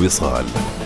الوصال.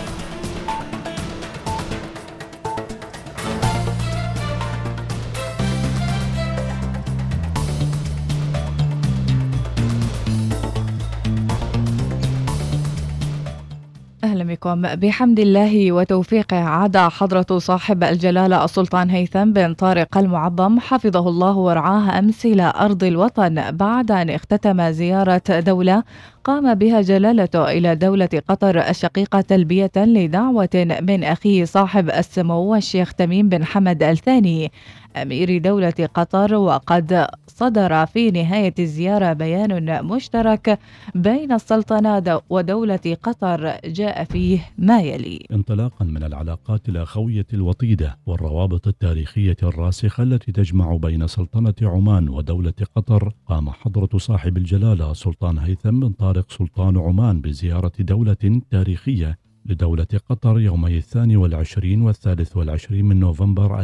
أهلا بكم. بحمد الله وتوفيقه عاد حضرة صاحب الجلالة السلطان هيثم بن طارق المعظم حفظه الله ورعاه أمس إلى أرض الوطن بعد أن اختتم زيارة دولة قام بها جلالته إلى دولة قطر الشقيقة تلبية لدعوة من أخيه صاحب السمو الشيخ تميم بن حمد الثاني أمير دولة قطر. وقد صدر في نهاية الزيارة بيان مشترك بين السلطنة ودولة قطر جاء فيه ما يلي: انطلاقا من العلاقات الأخوية الوطيدة والروابط التاريخية الراسخة التي تجمع بين سلطنة عمان ودولة قطر، قام حضرة صاحب الجلالة سلطان هيثم بن طارق سلطان عمان بزيارة دولة تاريخية لدولة قطر يومي 22 و23 من نوفمبر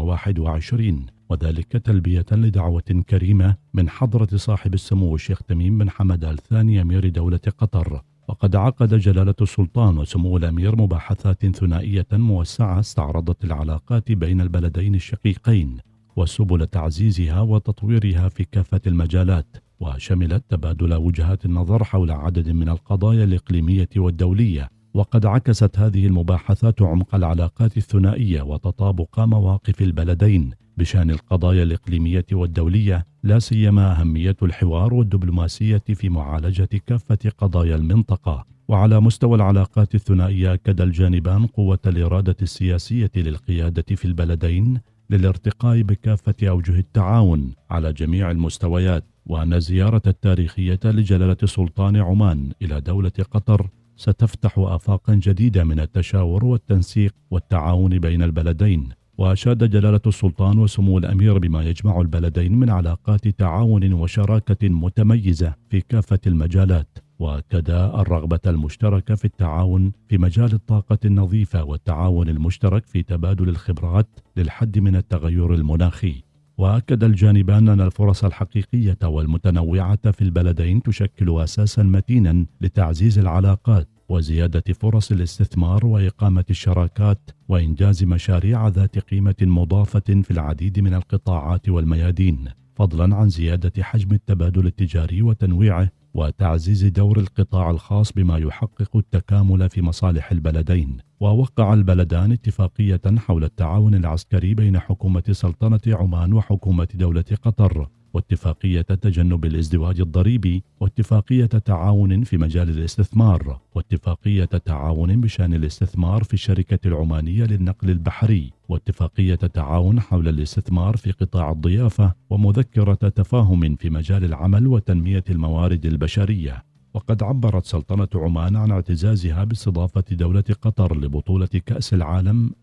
2021، وذلك تلبية لدعوة كريمة من حضرة صاحب السمو الشيخ تميم بن حمد الثاني أمير دولة قطر. وقد عقد جلالة السلطان وسمو الأمير مباحثات ثنائية موسعة استعرضت العلاقات بين البلدين الشقيقين وسبل تعزيزها وتطويرها في كافة المجالات، وشملت تبادل وجهات النظر حول عدد من القضايا الإقليمية والدولية. وقد عكست هذه المباحثات عمق العلاقات الثنائية وتطابق مواقف البلدين بشأن القضايا الإقليمية والدولية، لا سيما أهمية الحوار والدبلوماسية في معالجة كافة قضايا المنطقة. وعلى مستوى العلاقات الثنائية أكد الجانبان قوة الإرادة السياسية للقيادة في البلدين للارتقاء بكافة أوجه التعاون على جميع المستويات، وأن الزيارة التاريخية لجلالة سلطان عمان إلى دولة قطر ستفتح آفاقا جديدة من التشاور والتنسيق والتعاون بين البلدين. وأشاد جلالة السلطان وسمو الأمير بما يجمع البلدين من علاقات تعاون وشراكة متميزة في كافة المجالات، وأكدا الرغبة المشتركة في التعاون في مجال الطاقة النظيفة والتعاون المشترك في تبادل الخبرات للحد من التغير المناخي. وأكد الجانبان أن الفرص الحقيقية والمتنوعة في البلدين تشكل أساسا متينا لتعزيز العلاقات وزيادة فرص الاستثمار وإقامة الشراكات وإنجاز مشاريع ذات قيمة مضافة في العديد من القطاعات والميادين، فضلا عن زيادة حجم التبادل التجاري وتنويعه وتعزيز دور القطاع الخاص بما يحقق التكامل في مصالح البلدين. ووقع البلدان اتفاقية حول التعاون العسكري بين حكومة سلطنة عمان وحكومة دولة قطر، واتفاقية تجنب الازدواج الضريبي، واتفاقية تعاون في مجال الاستثمار، واتفاقية تعاون بشأن الاستثمار في الشركة العمانية للنقل البحري، واتفاقية تعاون حول الاستثمار في قطاع الضيافة، ومذكرة تفاهم في مجال العمل وتنمية الموارد البشرية. وقد عبرت سلطنة عمان عن اعتزازها باستضافة دولة قطر لبطولة كأس العالم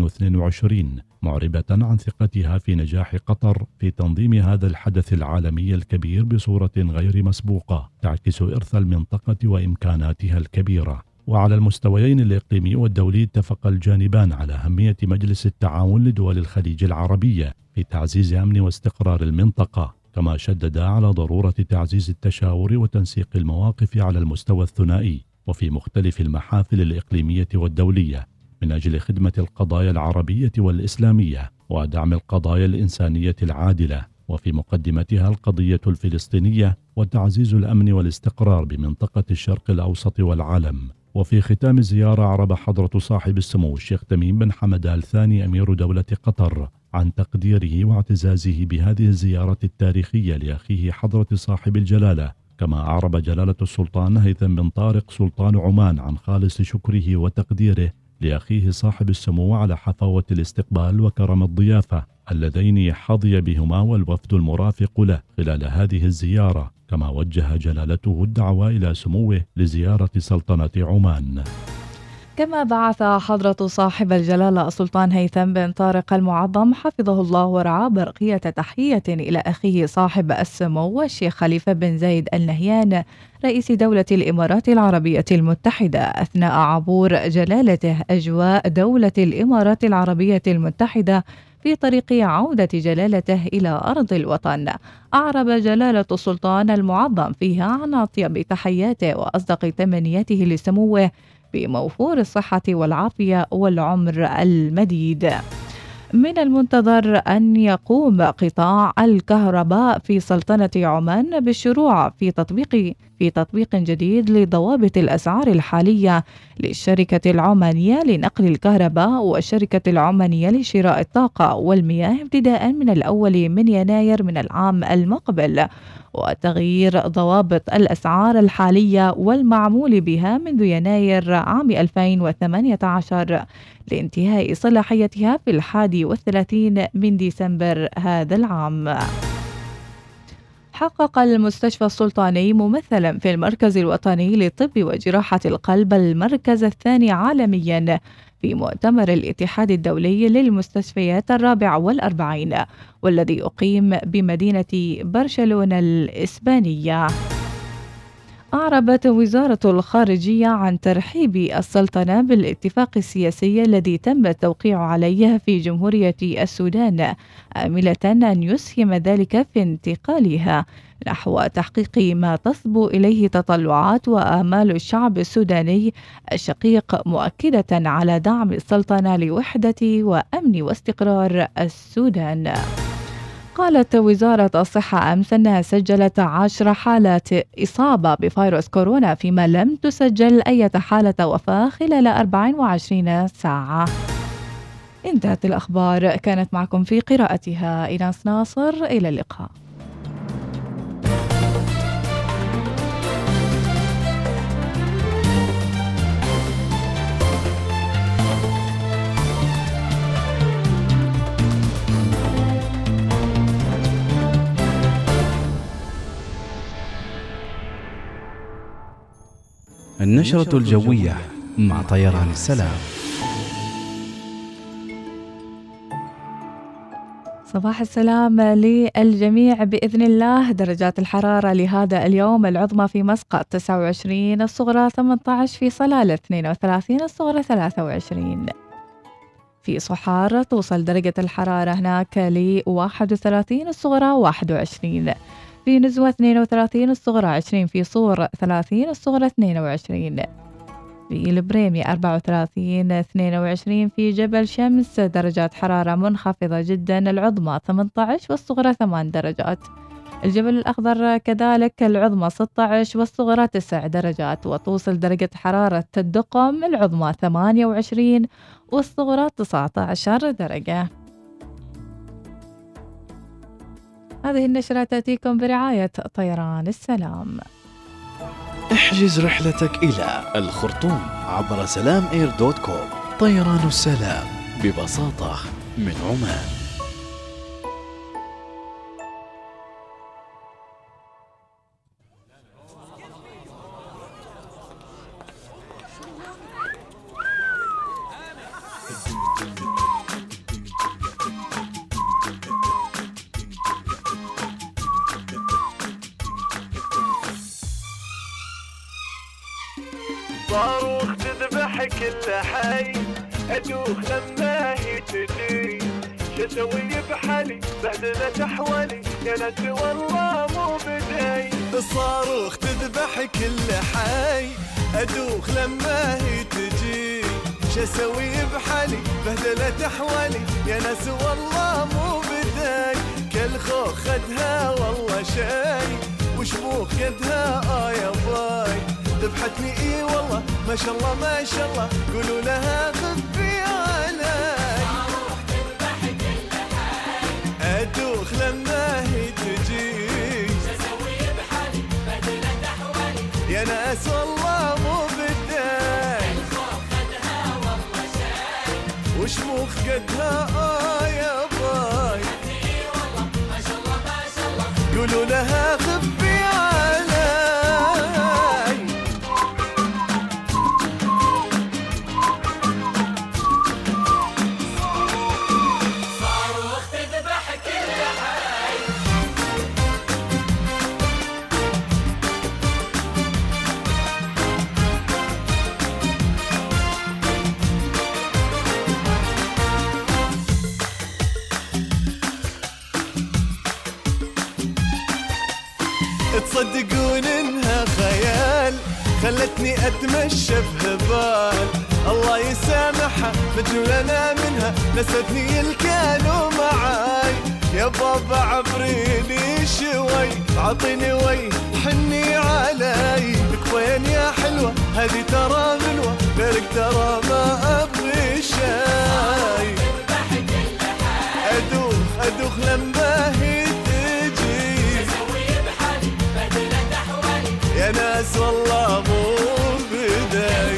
2022، معربة عن ثقتها في نجاح قطر في تنظيم هذا الحدث العالمي الكبير بصورة غير مسبوقة تعكس إرث المنطقة وإمكاناتها الكبيرة. وعلى المستويين الإقليمي والدولي اتفق الجانبان على أهمية مجلس التعاون لدول الخليج العربية في تعزيز أمن واستقرار المنطقة، كما شددا على ضرورة تعزيز التشاور وتنسيق المواقف على المستوى الثنائي وفي مختلف المحافل الإقليمية والدولية من أجل خدمة القضايا العربية والإسلامية ودعم القضايا الإنسانية العادلة، وفي مقدمتها القضية الفلسطينية وتعزيز الأمن والاستقرار بمنطقة الشرق الأوسط والعالم. وفي ختام الزيارة أعرب حضرة صاحب السمو الشيخ تميم بن حمد الثاني أمير دولة قطر عن تقديره واعتزازه بهذه الزيارة التاريخية لأخيه حضرة صاحب الجلالة. كما أعرب جلالة السلطان هيثم بن طارق سلطان عمان عن خالص شكره وتقديره لأخيه صاحب السمو على حفاوة الاستقبال وكرم الضيافة اللذين حظي بهما والوفد المرافق له خلال هذه الزيارة. كما وجه جلالته الدعوة إلى سموه لزيارة سلطنة عمان. كما بعث حضرة صاحب الجلالة السلطان هيثم بن طارق المعظم حفظه الله ورعاه برقية تحية إلى أخيه صاحب السمو الشيخ خليفة بن زايد آل نهيان رئيس دولة الإمارات العربية المتحدة أثناء عبور جلالته أجواء دولة الإمارات العربية المتحدة في طريق عودة جلالته إلى أرض الوطن. أعرب جلالة السلطان المعظم فيها عن أطيب تحياته وأصدق تمنياته لسموه بموفور الصحة والعافية والعمر المديد. من المنتظر أن يقوم قطاع الكهرباء في سلطنة عمان بالشروع في تطبيق جديد لضوابط الأسعار الحالية للشركة العمانية لنقل الكهرباء والشركة العمانية لشراء الطاقة والمياه ابتداء من الأول من يناير من العام المقبل، وتغيير ضوابط الأسعار الحالية والمعمول بها منذ يناير عام 2018 لانتهاء صلاحيتها في 31 من ديسمبر هذا العام. حقق المستشفى السلطاني ممثلا في المركز الوطني للطب وجراحة القلب المركز الثاني عالميا في مؤتمر الاتحاد الدولي للمستشفيات 44 والذي أقيم بمدينة برشلونة الإسبانية. أعربت وزارة الخارجية عن ترحيب السلطنة بالاتفاق السياسي الذي تم التوقيع عليه في جمهورية السودان، آملة أن يسهم ذلك في انتقالها نحو تحقيق ما تصبو إليه تطلعات وآمال الشعب السوداني الشقيق، مؤكدة على دعم السلطنة لوحدة وأمن واستقرار السودان. قالت وزارة الصحة أمس أنها سجلت 10 حالات إصابة بفيروس كورونا، فيما لم تسجل أي حالة وفاة خلال 24 ساعة. انتهت الأخبار، كانت معكم في قراءتها إيناس ناصر، إلى اللقاء. النشرة الجوية مع طيران السلام. صباح السلام للجميع بإذن الله. درجات الحرارة لهذا اليوم: العظمى في مسقط 29، الصغرى 18، في صلالة 32، الصغرى 23. في صحار توصل درجة الحرارة هناك ل 31، الصغرى 21. في نزوة 32، الصغرى 20. في صور 30، الصغرى 22. في البريمي 34، 22. في جبل شمس درجات حرارة منخفضة جدا، العظمى 18 والصغرى 8 درجات. الجبل الأخضر كذلك العظمى 16 والصغرى 9 درجات. وتوصل درجة حرارة الدقم العظمى 28 والصغرى 19 درجة. هذه النشرة تأتيكم برعاية طيران السلام. احجز رحلتك إلى الخرطوم عبر salamair.com. طيران السلام، ببساطة من عمان. صاروخ تذبح كل حي، أدوخ لما هي تجي، شسوي بحالي بهدلة أحوالي، يا ناس والله مو بداي. الصاروخ تذبح كل حي، أدوخ لما هي تجي، شسوي بحالي بهدلة أحوالي، يا ناس والله مو بداي. كل خوخ خدها والله شاي، وشموخ قدها يا باي. ذبحتني اي والله ما شاء الله ما شاء الله، قولوا لها خفي علي. صاروخ تذبح كل حي، ادوخ لما هي تجي، شسوي بحالي بدلت احوالي، يا ناس والله مو بداي. الخوف خدها والله شاي، وشموخ قدها يا باي. ذبحتني اي والله ما شاء الله ما شاء الله، قولوا لها خفي علي. تصدقون انها خيال، خلتني أتمشى بهبال. الله يسامحها مجنونة منها، نستني الكانوا معاي. يا بابا عبريني شوي، عطيني وي حني علي. لك وين يا حلوة هذه ترى منوة، غيرك ترى ما أبغي شاي. أدوخ لما هي تجي، يا ناس والله مو بداي.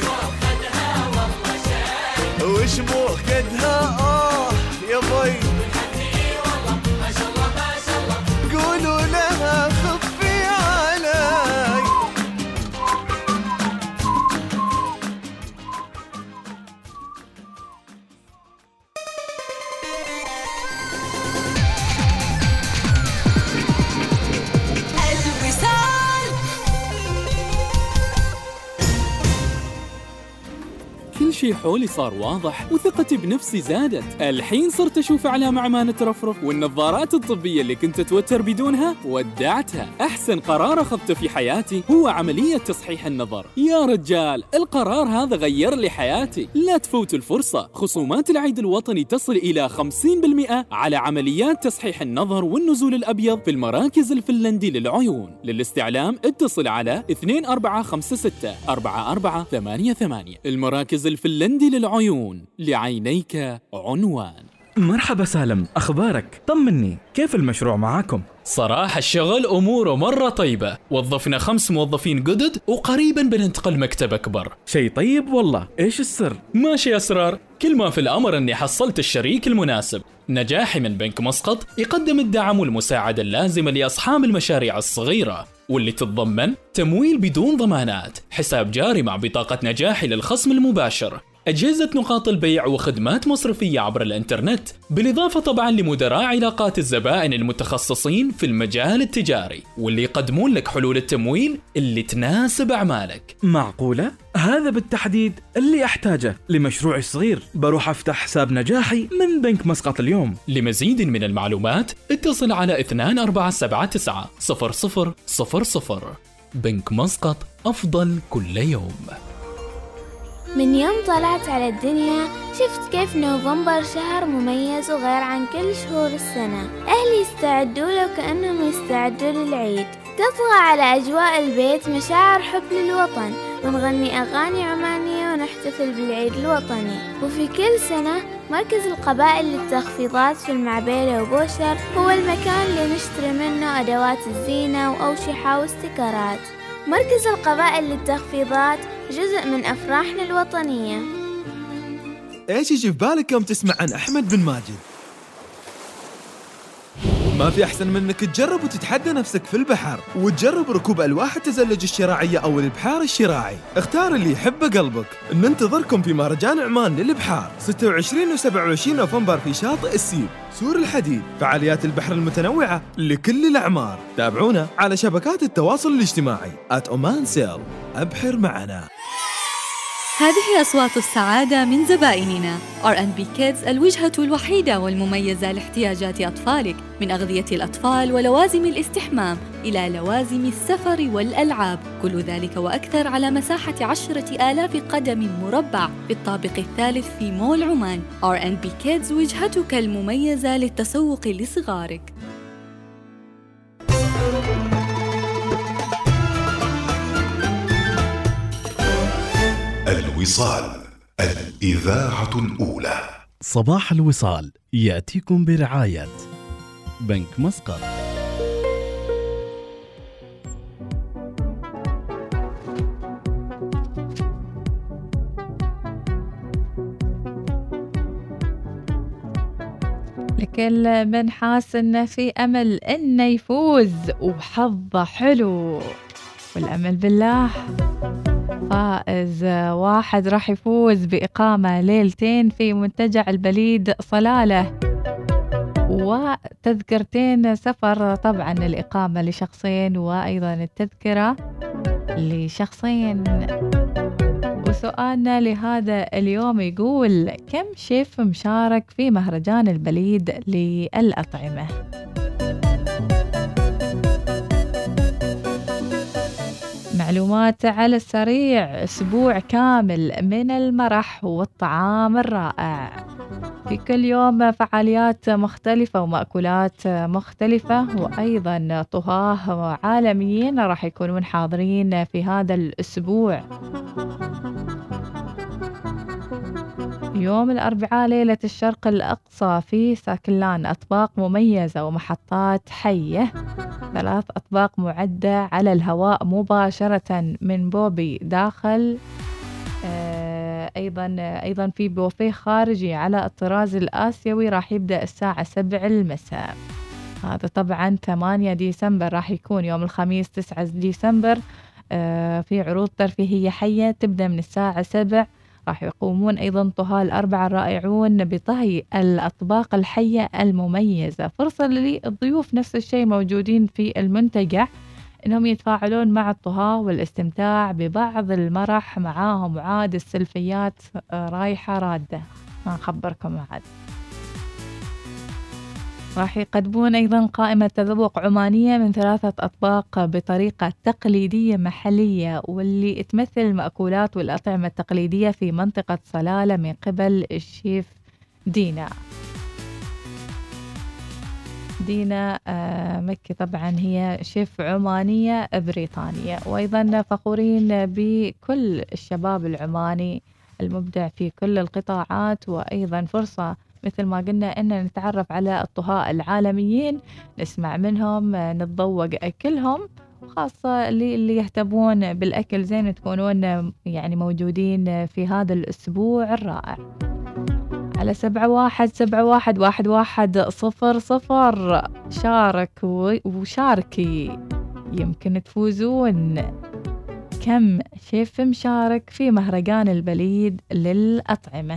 وش بو خدها يا بي، قولوا لها خفي علي. كل شي حولي صار واضح وثقتي بنفسي زادت. الحين صرت أشوف أعلام عمان ترفرف، والنظارات الطبية اللي كنت أتوتر بدونها ودعتها. أحسن قرار أخذته في حياتي هو عملية تصحيح النظر. يا رجال القرار هذا غير لي حياتي. لا تفوتوا الفرصة، خصومات العيد الوطني تصل إلى 50% على عمليات تصحيح النظر والنزول الأبيض في المراكز الفنلندي للعيون. للاستعلام اتصل على 2456 4488. المراكز الفنلندي للعيون، لعينيك عنوان. مرحبا سالم، أخبارك؟ طمني، كيف المشروع معاكم؟ صراحة الشغل أموره مرة طيبة، وظفنا 5 موظفين جدد وقريبا بننتقل مكتب أكبر. شيء طيب والله، إيش السر؟ ماشي أسرار، كل ما في الأمر أني حصلت الشريك المناسب. نجاحي من بنك مسقط يقدم الدعم والمساعدة اللازمة لأصحاب المشاريع الصغيرة، واللي تتضمن تمويل بدون ضمانات، حساب جاري مع بطاقة نجاحي للخصم المباشر، أجهزة نقاط البيع وخدمات مصرفية عبر الإنترنت، بالإضافة طبعا لمدراء علاقات الزبائن المتخصصين في المجال التجاري، واللي يقدمون لك حلول التمويل اللي تناسب أعمالك. معقولة؟ هذا بالتحديد اللي أحتاجه لمشروعي الصغير. بروح أفتح حساب نجاحي من بنك مسقط اليوم. لمزيد من المعلومات اتصل على 2479 0000. بنك مسقط، أفضل كل يوم. من يوم طلعت على الدنيا شفت كيف نوفمبر شهر مميز وغير عن كل شهور السنة. أهلي يستعدوا له كأنهم يستعدوا للعيد. تطغى على أجواء البيت مشاعر حب للوطن، ونغني أغاني عمانية ونحتفل بالعيد الوطني. وفي كل سنة مركز القبائل للتخفيضات في المعبيلة وبوشر هو المكان اللي نشتري منه أدوات الزينة وأوشحة واستيكرات. مركز القبائل للتخفيضات جزء من أفراحنا الوطنية. إيش يجي في بالك يوم تسمع عن أحمد بن ماجد؟ ما في أحسن من أنك تجرب وتتحدى نفسك في البحر، وتجرب ركوب ألواح التزلج الشراعية أو البحار الشراعي. اختار اللي يحبه قلبك. ننتظركم في مهرجان عمان للبحار 26 و27 نوفمبر في شاطئ السيب سور الحديد. فعاليات البحر المتنوعة لكل الأعمار. تابعونا على شبكات التواصل الاجتماعي @omansail. أبحر معنا. هذه أصوات السعادة من زبائننا. R&B Kids، الوجهة الوحيدة والمميزة لاحتياجات أطفالك، من أغذية الأطفال ولوازم الاستحمام إلى لوازم السفر والألعاب، كل ذلك وأكثر على مساحة 10,000 قدم مربع في الطابق الثالث في مول عمان. R&B Kids، وجهتك المميزة للتسوق لصغارك. الوصال، الإذاعة الأولى. صباح الوصال يأتيكم برعاية بنك مسقط. لكل من حاس إنه في أمل إنه يفوز وحظه حلو، والأمل بالله. فائز واحد راح يفوز بإقامة ليلتين في منتجع البليد صلالة، وتذكرتين سفر. طبعا الإقامة لشخصين وأيضا التذكرة لشخصين. وسؤالنا لهذا اليوم يقول: كم شيف مشارك في مهرجان البليد للأطعمة؟ معلومات على السريع. أسبوع كامل من المرح والطعام الرائع، في كل يوم فعاليات مختلفة ومأكولات مختلفة، وأيضا طهاة عالميين راح يكونون حاضرين في هذا الأسبوع. يوم الأربعاء ليلة الشرق الأقصى في ساكلان، أطباق مميزة ومحطات حية، 3 أطباق معدة على الهواء مباشرة من بوبي داخل، أيضا في بوفيه خارجي على الطراز الآسيوي راح يبدأ الساعة 7 المساء. هذا طبعا 8 ديسمبر راح يكون يوم الخميس 9 ديسمبر. في عروض ترفيهية حية تبدأ من الساعة 7. راح يقومون أيضا طهاة الأربعة الرائعون بطهي الأطباق الحية المميزة. فرصة للضيوف نفس الشيء موجودين في المنتجع إنهم يتفاعلون مع الطهاة والاستمتاع ببعض المرح معاهم، وعاد السلفيات رايحة رادة، ما نخبركم عاد. راح يقدمون أيضا قائمة تذوق عمانية من 3 أطباق بطريقة تقليدية محلية، واللي تمثل المأكولات والأطعمة التقليدية في منطقة صلالة من قبل الشيف دينا مكي. طبعا هي شيف عمانية بريطانية، وأيضا فخورين بكل الشباب العماني المبدع في كل القطاعات. وأيضا فرصة مثل ما قلنا أن نتعرف على الطهاة العالميين، نسمع منهم، نتذوق أكلهم، وخاصة اللي يهتمون بالأكل زين تكونون يعني موجودين في هذا الأسبوع الرائع. على 71711100 شارك وشاركي، يمكن تفوزون كم شيف مشارك في مهرجان البليد للأطعمة.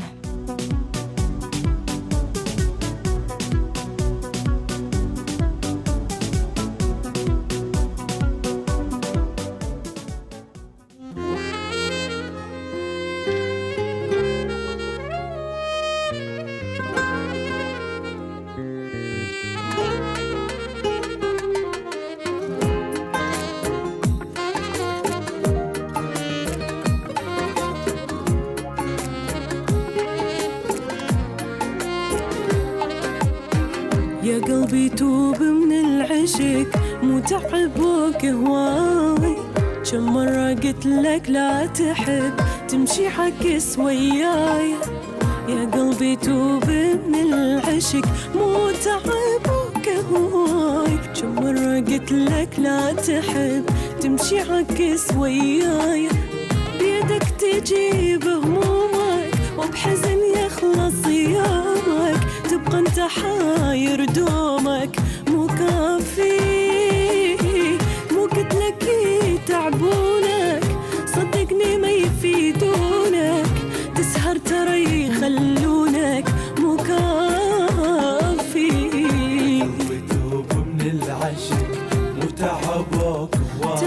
يا قلبي توب من العشق، مو تعبوك هواي، كم مرة قلت لك لا تحب تمشي عكس وياي. يا قلبي توب من العشق، مو تعبوك هواي، كم مرة قلت لك لا تحب تمشي عكس وياي. بيدك تجيب همومك وبحزن يخلص يومك، تبقى انت حاير دومك، مو كافي مو قلتلك يتعبونك، صدقني ما يفيدونك، تسهر ترى يخلونك، مو كافي. وتوب من العشق، مو تعبوك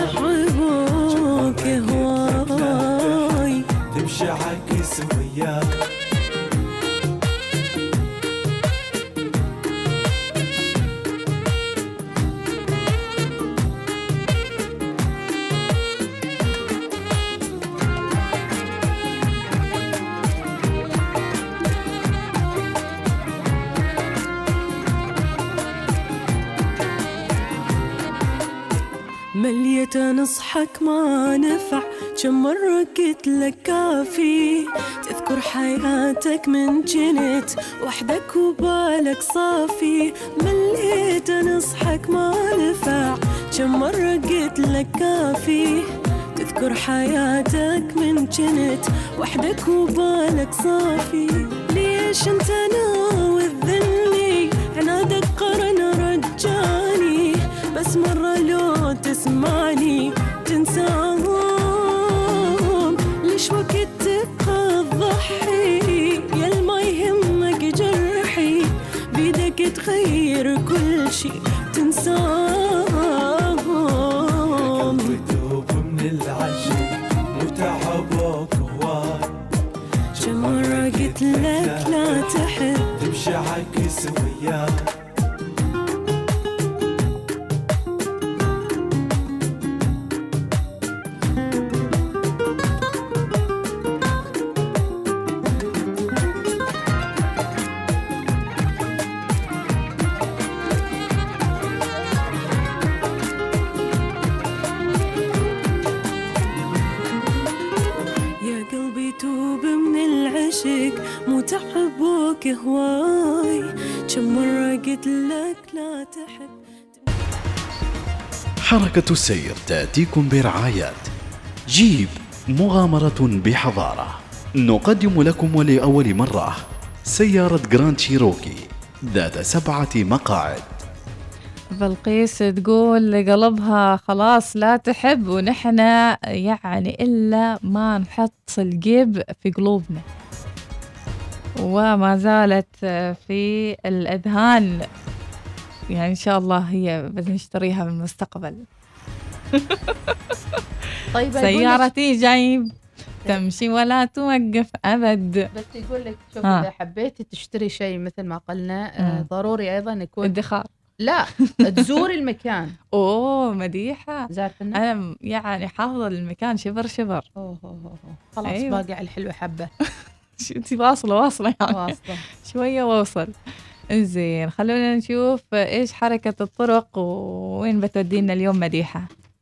هواي، تمشي عكس وياك. مليت نصحك ما نفع، كم مرة قلت لك كافي، تذكر حياتك من جنت وحدك وبالك صافي. مليت نصحك ما نفع، كم مرة قلت لك كافي، تذكر حياتك من جنت وحدك وبالك صافي. ليش انت ناوي تذلني، عنادك قرن رجاني، بس مرة لو تسمعني تنساهم. ليش وقت تبقى تضحي، يا ما يهمك جرحي، بيدك تغير كل شي تنساهم. وتوب من العشق، مو تعبوك هواي، كم مرة قلت لك لا تحب تمشي عكس وياك. أدوب من العشق مو تحبوك هواي كم مرة قلت لك لا تحب. حركة السير تأتيكم برعاية جيب مغامرة بحضارة. نقدم لكم ولأول مرة سيارة جراند شيروكي ذات 7 مقاعد. بلقيس تقول لقلبها خلاص لا تحب، ونحن يعني إلا ما نحط الجيب في قلوبنا، وما زالت في الأذهان. يعني إن شاء الله هي بنشتريها من المستقبل. طيب سيارتي جايب تمشي ولا توقف أبد. بس يقول لك شوف إذا حبيتي تشتري شيء مثل ما قلنا ضروري أيضا يكون ادخار. لا تزور المكان. اوه مديحة زارتنا. انا يعني حافظة المكان شبر شبر. خلاص أيوة. باقي على الحلوة حبة. انتي واصلة يعني. واصلة شوية واوصل. انزين خلونا نشوف ايش حركة الطرق وين بتودينا اليوم مديحة.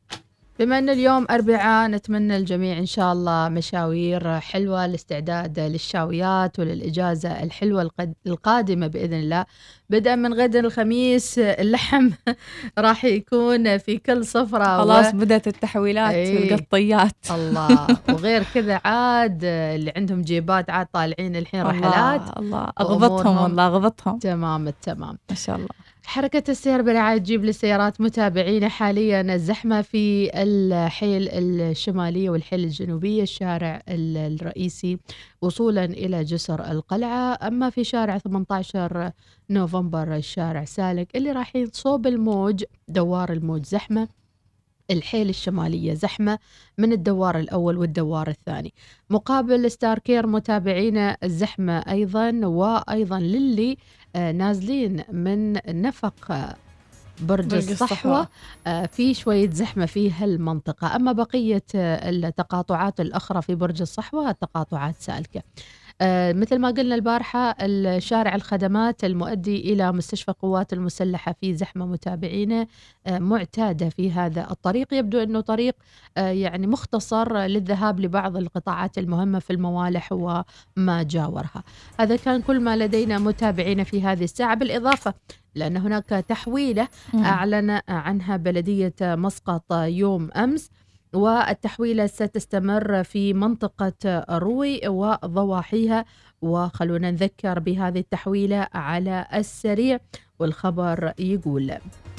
بما أن اليوم أربعاء نتمنى الجميع إن شاء الله مشاوير حلوة، الاستعداد للشاويات وللإجازة الحلوة القادمة بإذن الله. بدءا من غد الخميس اللحم راح يكون في كل صفرة. خلاص بدأت التحويلات والقطيات. الله. وغير كذا عاد اللي عندهم جيبات عاد طالعين الحين رحلات. الله أغبطهم والله أغبطهم. تمام التمام ما شاء الله. حركة السير برعاية جيب للسيارات متابعينا حاليا الزحمة في الحيل الشمالية والحيل الجنوبية، الشارع الرئيسي وصولا إلى جسر القلعة. أما في شارع 18 نوفمبر الشارع سالك اللي رايحين صوب الموج دوار الموج زحمة. الحيل الشمالية زحمة من الدوار الأول والدوار الثاني. مقابل ستاركير متابعينا الزحمة أيضا، وأيضا للي نازلين من نفق برج الصحوة في شوية زحمة في هالمنطقة. أما بقية التقاطعات الأخرى في برج الصحوة التقاطعات سالكة. مثل ما قلنا البارحة الشارع الخدمات المؤدي إلى مستشفى قوات المسلحة في زحمة متابعينه معتادة في هذا الطريق. يبدو أنه طريق يعني مختصر للذهاب لبعض القطاعات المهمة في الموالح وما جاورها. هذا كان كل ما لدينا متابعين في هذه الساعة، بالإضافة لأن هناك تحويلة أعلن عنها بلدية مسقط يوم أمس، والتحويلة ستستمر في منطقة روي وضواحيها. وخلونا نذكر بهذه التحويلة على السريع. والخبر يقول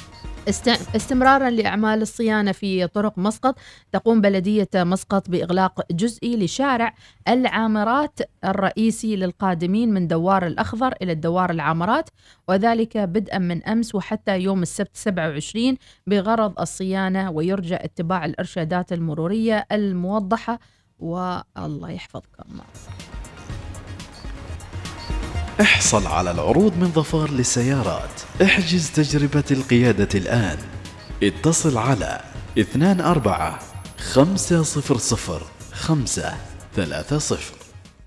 استمرارا لأعمال الصيانة في طرق مسقط، تقوم بلدية مسقط بإغلاق جزئي لشارع العامرات الرئيسي للقادمين من دوار الأخضر إلى الدوار العامرات، وذلك بدءا من أمس وحتى يوم السبت 27 بغرض الصيانة، ويرجى اتباع الإرشادات المرورية الموضحة. والله يحفظكم. احصل على العروض من ظفار للسيارات. احجز تجربة القيادة الآن. اتصل على 24-500-530.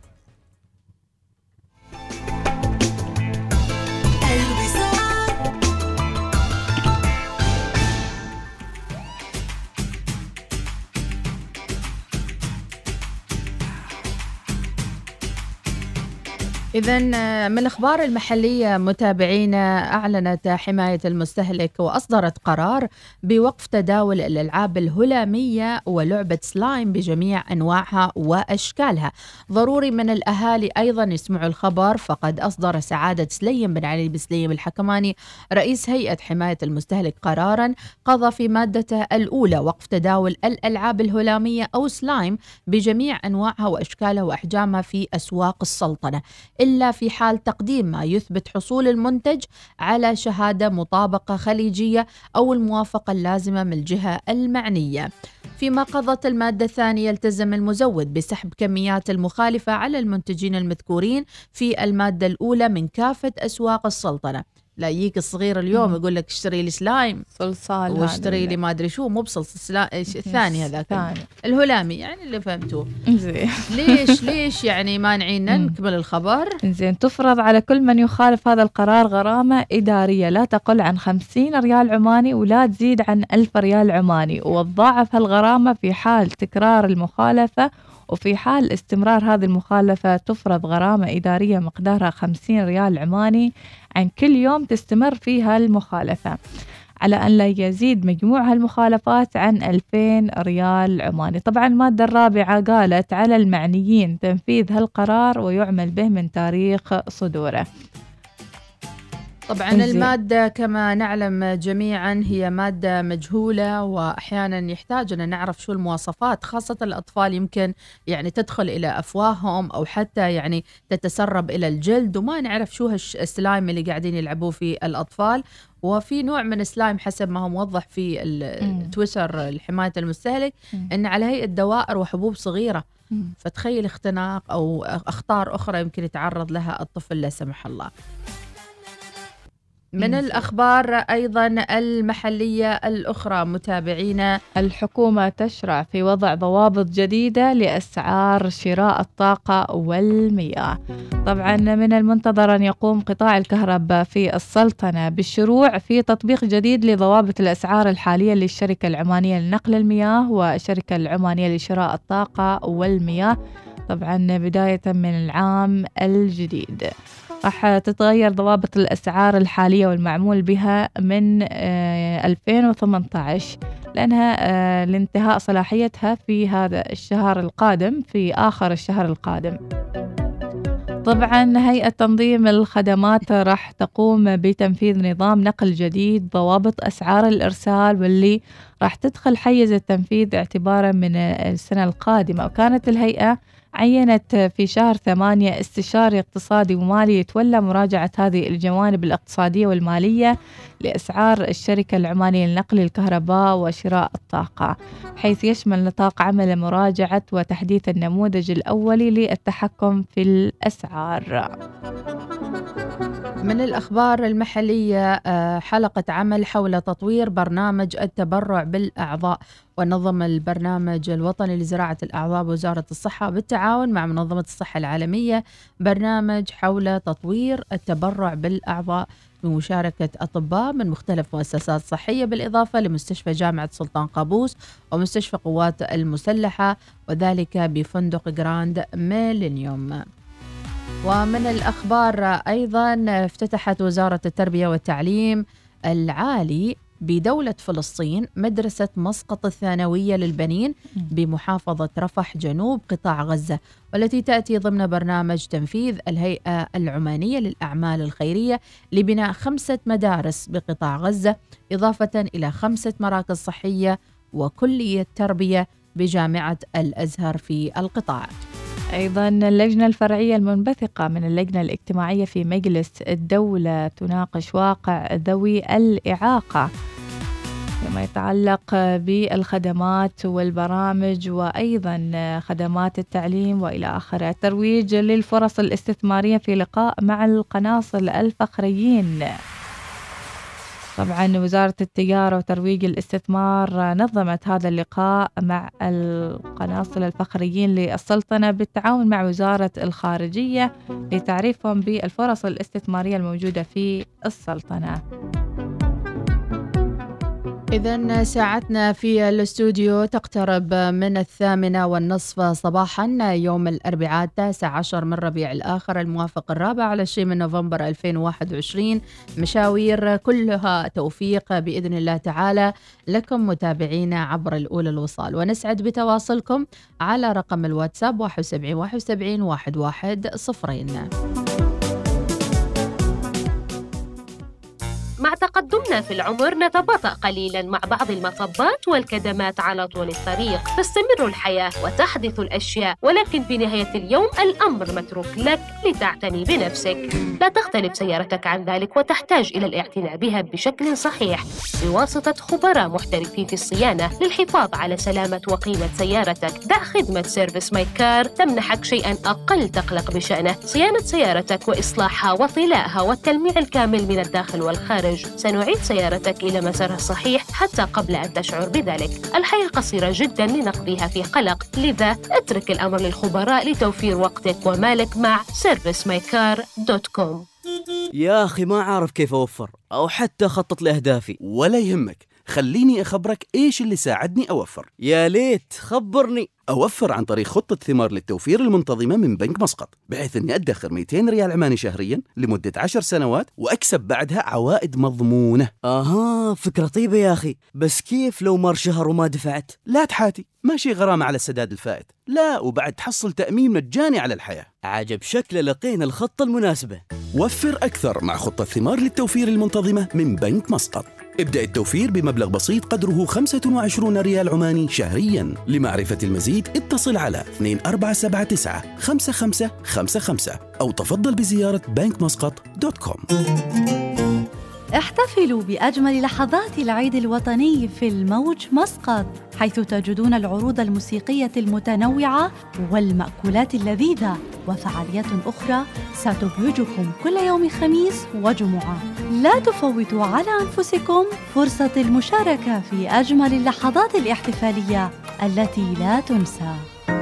إذن من الأخبار المحلية متابعينا، أعلنت حماية المستهلك وأصدرت قرار بوقف تداول الألعاب الهلامية ولعبة سلايم بجميع أنواعها وأشكالها. ضروري من الأهالي أيضا يسمعوا الخبر، فقد أصدر سعادة سليم بن علي بسليم الحكماني رئيس هيئة حماية المستهلك قرارا قضى في مادته الأولى وقف تداول الألعاب الهلامية أو سلايم بجميع أنواعها وأشكالها وأحجامها في أسواق السلطنة، إلا في حال تقديم ما يثبت حصول المنتج على شهادة مطابقة خليجية أو الموافقة اللازمة من الجهة المعنية. فيما قضت المادة الثانية يلتزم المزود بسحب كميات المخالفة على المنتجين المذكورين في المادة الأولى من كافة أسواق السلطنة. لا يجيك الصغير اليوم يقول لك اشتري لي سلايم صلصال واشتري لي ما ادري شو، مو بصلصال الثاني هذاك الهلامي، يعني اللي فهمتوه. زين ليش يعني مانعيننا نكمل الخبر؟ زين. تفرض على كل من يخالف هذا القرار غرامة إدارية لا تقل عن 50 ريال عماني ولا تزيد عن 1000 ريال عماني، وتضاعف هالغرامة في حال تكرار المخالفة وفي حال استمرار هذه المخالفة تفرض غرامة إدارية مقدارها 50 ريال عماني عن كل يوم تستمر فيها المخالفة، على أن لا يزيد مجموع هالمخالفات عن 2000 ريال عماني. طبعا المادة الرابعة قالت على المعنيين تنفيذ هالقرار ويعمل به من تاريخ صدوره. طبعا المادة كما نعلم جميعا هي مادة مجهولة، وأحيانا يحتاج أن نعرف شو المواصفات، خاصة الأطفال يمكن يعني تدخل إلى أفواههم أو حتى يعني تتسرب إلى الجلد، وما نعرف شو السلايم اللي قاعدين يلعبوه في الأطفال. وفي نوع من السلايم حسب ما هو موضح في التويتر حماية المستهلك أن على هيئة دوائر وحبوب صغيرة، فتخيل اختناق أو أخطار أخرى يمكن يتعرض لها الطفل لا سمح الله. من الأخبار أيضا المحلية الأخرى متابعينا، الحكومة تشرع في وضع ضوابط جديدة لأسعار شراء الطاقة والمياه. طبعا من المنتظر أن يقوم قطاع الكهرباء في السلطنة بالشروع في تطبيق جديد لضوابط الأسعار الحالية للشركة العمانية لنقل المياه والشركة العمانية لشراء الطاقة والمياه، طبعا بداية من العام الجديد. راح تتغير ضوابط الأسعار الحالية والمعمول بها من 2018 لأنها لانتهاء صلاحيتها في هذا الشهر القادم، في آخر الشهر القادم. طبعا هيئة تنظيم الخدمات راح تقوم بتنفيذ نظام نقل جديد ضوابط أسعار الإرسال، واللي راح تدخل حيز التنفيذ اعتبارا من السنة القادمة. وكانت الهيئة عينت في شهر 8 استشاري اقتصادي ومالي يتولى مراجعة هذه الجوانب الاقتصادية والمالية لأسعار الشركة العمانية لنقل الكهرباء وشراء الطاقة، حيث يشمل نطاق عمل مراجعة وتحديث النموذج الأولي للتحكم في الأسعار. من الأخبار المحلية حلقة عمل حول تطوير برنامج التبرع بالأعضاء، ونظم البرنامج الوطني لزراعة الأعضاء بوزارة الصحة بالتعاون مع منظمة الصحة العالمية برنامج حول تطوير التبرع بالأعضاء بمشاركة أطباء من مختلف مؤسسات صحية، بالإضافة لمستشفى جامعة سلطان قابوس ومستشفى قوات المسلحة، وذلك بفندق جراند ميلينيوم. ومن الأخبار أيضا افتتحت وزارة التربية والتعليم العالي بدولة فلسطين مدرسة مسقط الثانوية للبنين بمحافظة رفح جنوب قطاع غزة، والتي تأتي ضمن برنامج تنفيذ الهيئة العمانية للأعمال الخيرية لبناء 5 مدارس بقطاع غزة، إضافة إلى 5 مراكز صحية وكلية تربية بجامعة الأزهر في القطاع. أيضا اللجنة الفرعية المنبثقة من اللجنة الاجتماعية في مجلس الدولة تناقش واقع ذوي الإعاقة فيما يتعلق بالخدمات والبرامج وأيضا خدمات التعليم وإلى آخره. الترويج للفرص الاستثمارية في لقاء مع القناصل الفخريين. طبعا وزارة التجارة وترويج الاستثمار نظمت هذا اللقاء مع القناصل الفخريين للسلطنة بالتعاون مع وزارة الخارجية لتعريفهم بالفرص الاستثمارية الموجودة في السلطنة. إذن ساعتنا في الاستوديو تقترب من 8:30 صباحا يوم الأربعاء 19 من ربيع الآخر الموافق 24 من نوفمبر 2021. مشاوير كلها توفيق بإذن الله تعالى لكم متابعينا عبر الأولى الوصال، ونسعد بتواصلكم على رقم الواتساب 71 11 0. مع تقدمنا في العمر نتباطأ قليلاً مع بعض المطبات والكدمات على طول الطريق، تستمر الحياة وتحدث الأشياء، ولكن في نهاية اليوم الأمر متروك لك لتعتني بنفسك. لا تختلف سيارتك عن ذلك وتحتاج إلى الاعتناء بها بشكل صحيح بواسطة خبراء محترفين في الصيانة للحفاظ على سلامة وقيمة سيارتك. دع خدمة سيرفيس ماي كار تمنحك شيئاً أقل تقلق بشأنه، صيانة سيارتك وإصلاحها وطلاءها والتلميع الكامل من الداخل والخارج. سنعيد سيارتك إلى مسارها الصحيح حتى قبل أن تشعر بذلك. الحياة قصيرة جدا لنقضيها في قلق، لذا اترك الأمر للخبراء لتوفير وقتك ومالك مع servicemycar.com. يا أخي ما عارف كيف أوفر أو حتى أخطط لأهدافي. ولا يهمك، خليني أخبرك إيش اللي ساعدني أوفر. يا ليت خبرني. أوفر عن طريق خطة ثمار للتوفير المنتظمة من بنك مسقط، بحيث أني أدخر 200 ريال عماني شهريا لمدة 10 سنوات وأكسب بعدها عوائد مضمونة. فكرة طيبة يا أخي، بس كيف لو مر شهر وما دفعت؟ لا تحاتي، ماشي غرامة على السداد الفائت، لا وبعد تحصل تأمين مجاني على الحياة. عجب، شكل لقينا الخطة المناسبة. وفر أكثر مع خطة ثمار للتوفير المنتظمة من بنك مسقط. ابدأ التوفير بمبلغ بسيط قدره 25 ريال عماني شهرياً. لمعرفة المزيد اتصل على 2479 5555 أو تفضل بزيارة bankmuscat.com. احتفلوا بأجمل لحظات العيد الوطني في الموج مسقط، حيث تجدون العروض الموسيقية المتنوعة والمأكولات اللذيذة وفعاليات أخرى ستبهجكم كل يوم خميس وجمعة. لا تفوتوا على أنفسكم فرصة المشاركة في أجمل اللحظات الاحتفالية التي لا تنسى.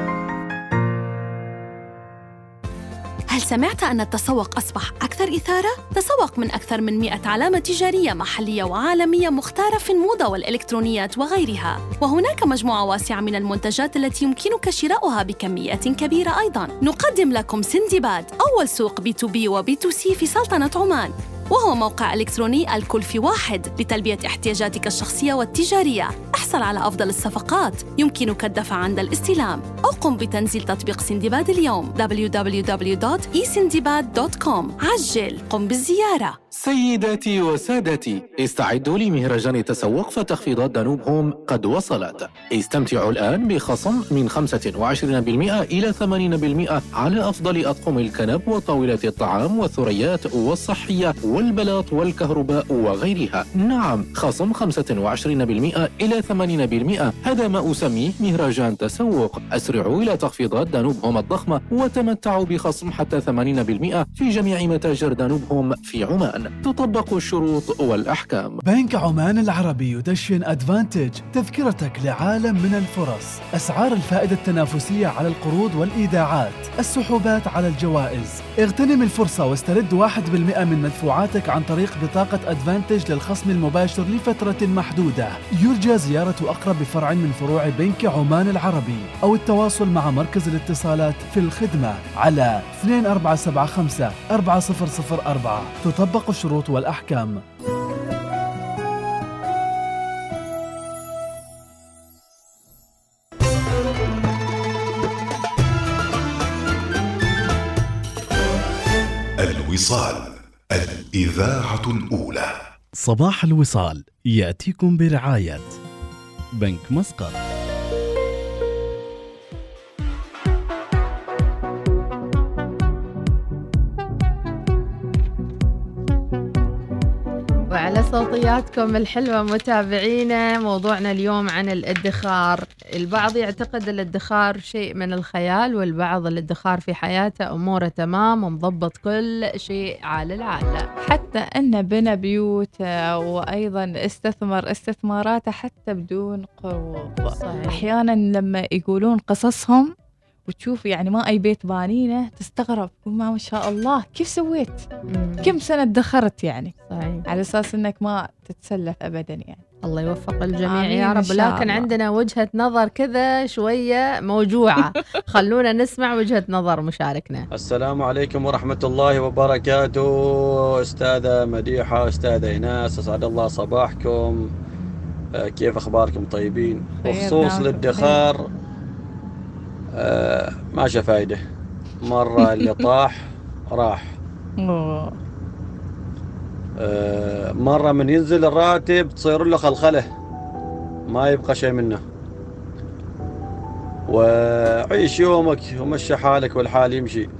هل سمعت أن التسوق أصبح أكثر إثارة؟ تسوق من أكثر من 100 علامة تجارية محلية وعالمية مختارة في الموضة والإلكترونيات وغيرها، وهناك مجموعة واسعة من المنتجات التي يمكنك شرائها بكميات كبيرة أيضاً. نقدم لكم سندباد، أول سوق B2B و B2C في سلطنة عمان، وهو موقع إلكتروني الكل في واحد لتلبية احتياجاتك الشخصية والتجارية. احصل على أفضل الصفقات، يمكنك الدفع عند الاستلام، أو قم بتنزيل تطبيق سندباد اليوم www.esindibad.com. عجل، قم بالزيارة. سيداتي وسادتي، استعدوا لمهرجان تسوق فتخفيضات دانوب هوم قد وصلت. استمتعوا الآن بخصم من 25% إلى 80% على أفضل أطقم الكنب وطاولة الطعام والثريات والصحية والبلاط والكهرباء وغيرها. نعم، خصم 25% إلى 80%. هذا ما أسميه مهرجان تسوق. أسرعوا إلى تخفيضات دانوب هوم الضخمة وتمتعوا بخصم حتى 80% في جميع متاجر دانوب هوم في عمان. تطبق الشروط والأحكام. بنك عمان العربي يدشن أدفانتج، تذكرتك لعالم من الفرص. أسعار الفائدة التنافسية على القروض والإيداعات، السحوبات على الجوائز. اغتنم الفرصة واسترد 1% من مدفوعاتك عن طريق بطاقة أدفانتج للخصم المباشر لفترة محدودة. يرجى زيارة أقرب فرع من فروع بنك عمان العربي أو التواصل مع مركز الاتصالات في الخدمة على 2475 4004. تطبق الشروط والأحكام. الوصال، الإذاعة الأولى. صباح الوصال يأتيكم برعاية بنك مسقط. وعلى صوتياتكم الحلوة متابعينا، موضوعنا اليوم عن الادخار. البعض يعتقد الادخار شيء من الخيال، والبعض الادخار في حياته أموره تمام ومضبط كل شيء على العالة، حتى أن بنى بيوته وأيضا استثمر استثماراته حتى بدون قروض. صحيح. أحيانا لما يقولون قصصهم وتشوف يعني ما أي بيت بانينه تستغرب، ما شاء الله كيف سويت؟ كم سنة ادخرت يعني؟ صحيح. على أساس أنك ما تتسلف أبدا يعني. الله يوفق الجميع يا رب. لكن عندنا وجهة نظر كذا شوية موجوعة. خلونا نسمع وجهة نظر مشاركنا. السلام عليكم ورحمة الله وبركاته. أستاذة مديحة، أستاذة إيناس، أسعد الله صباحكم. كيف أخباركم؟ طيبين؟ بخصوص الادخار ماشي فايدة، مرة اللي طاح راح. مرة من ينزل الراتب تصير له خلخلة، ما يبقى شيء منه. وعيش يومك ومشي حالك والحال يمشي.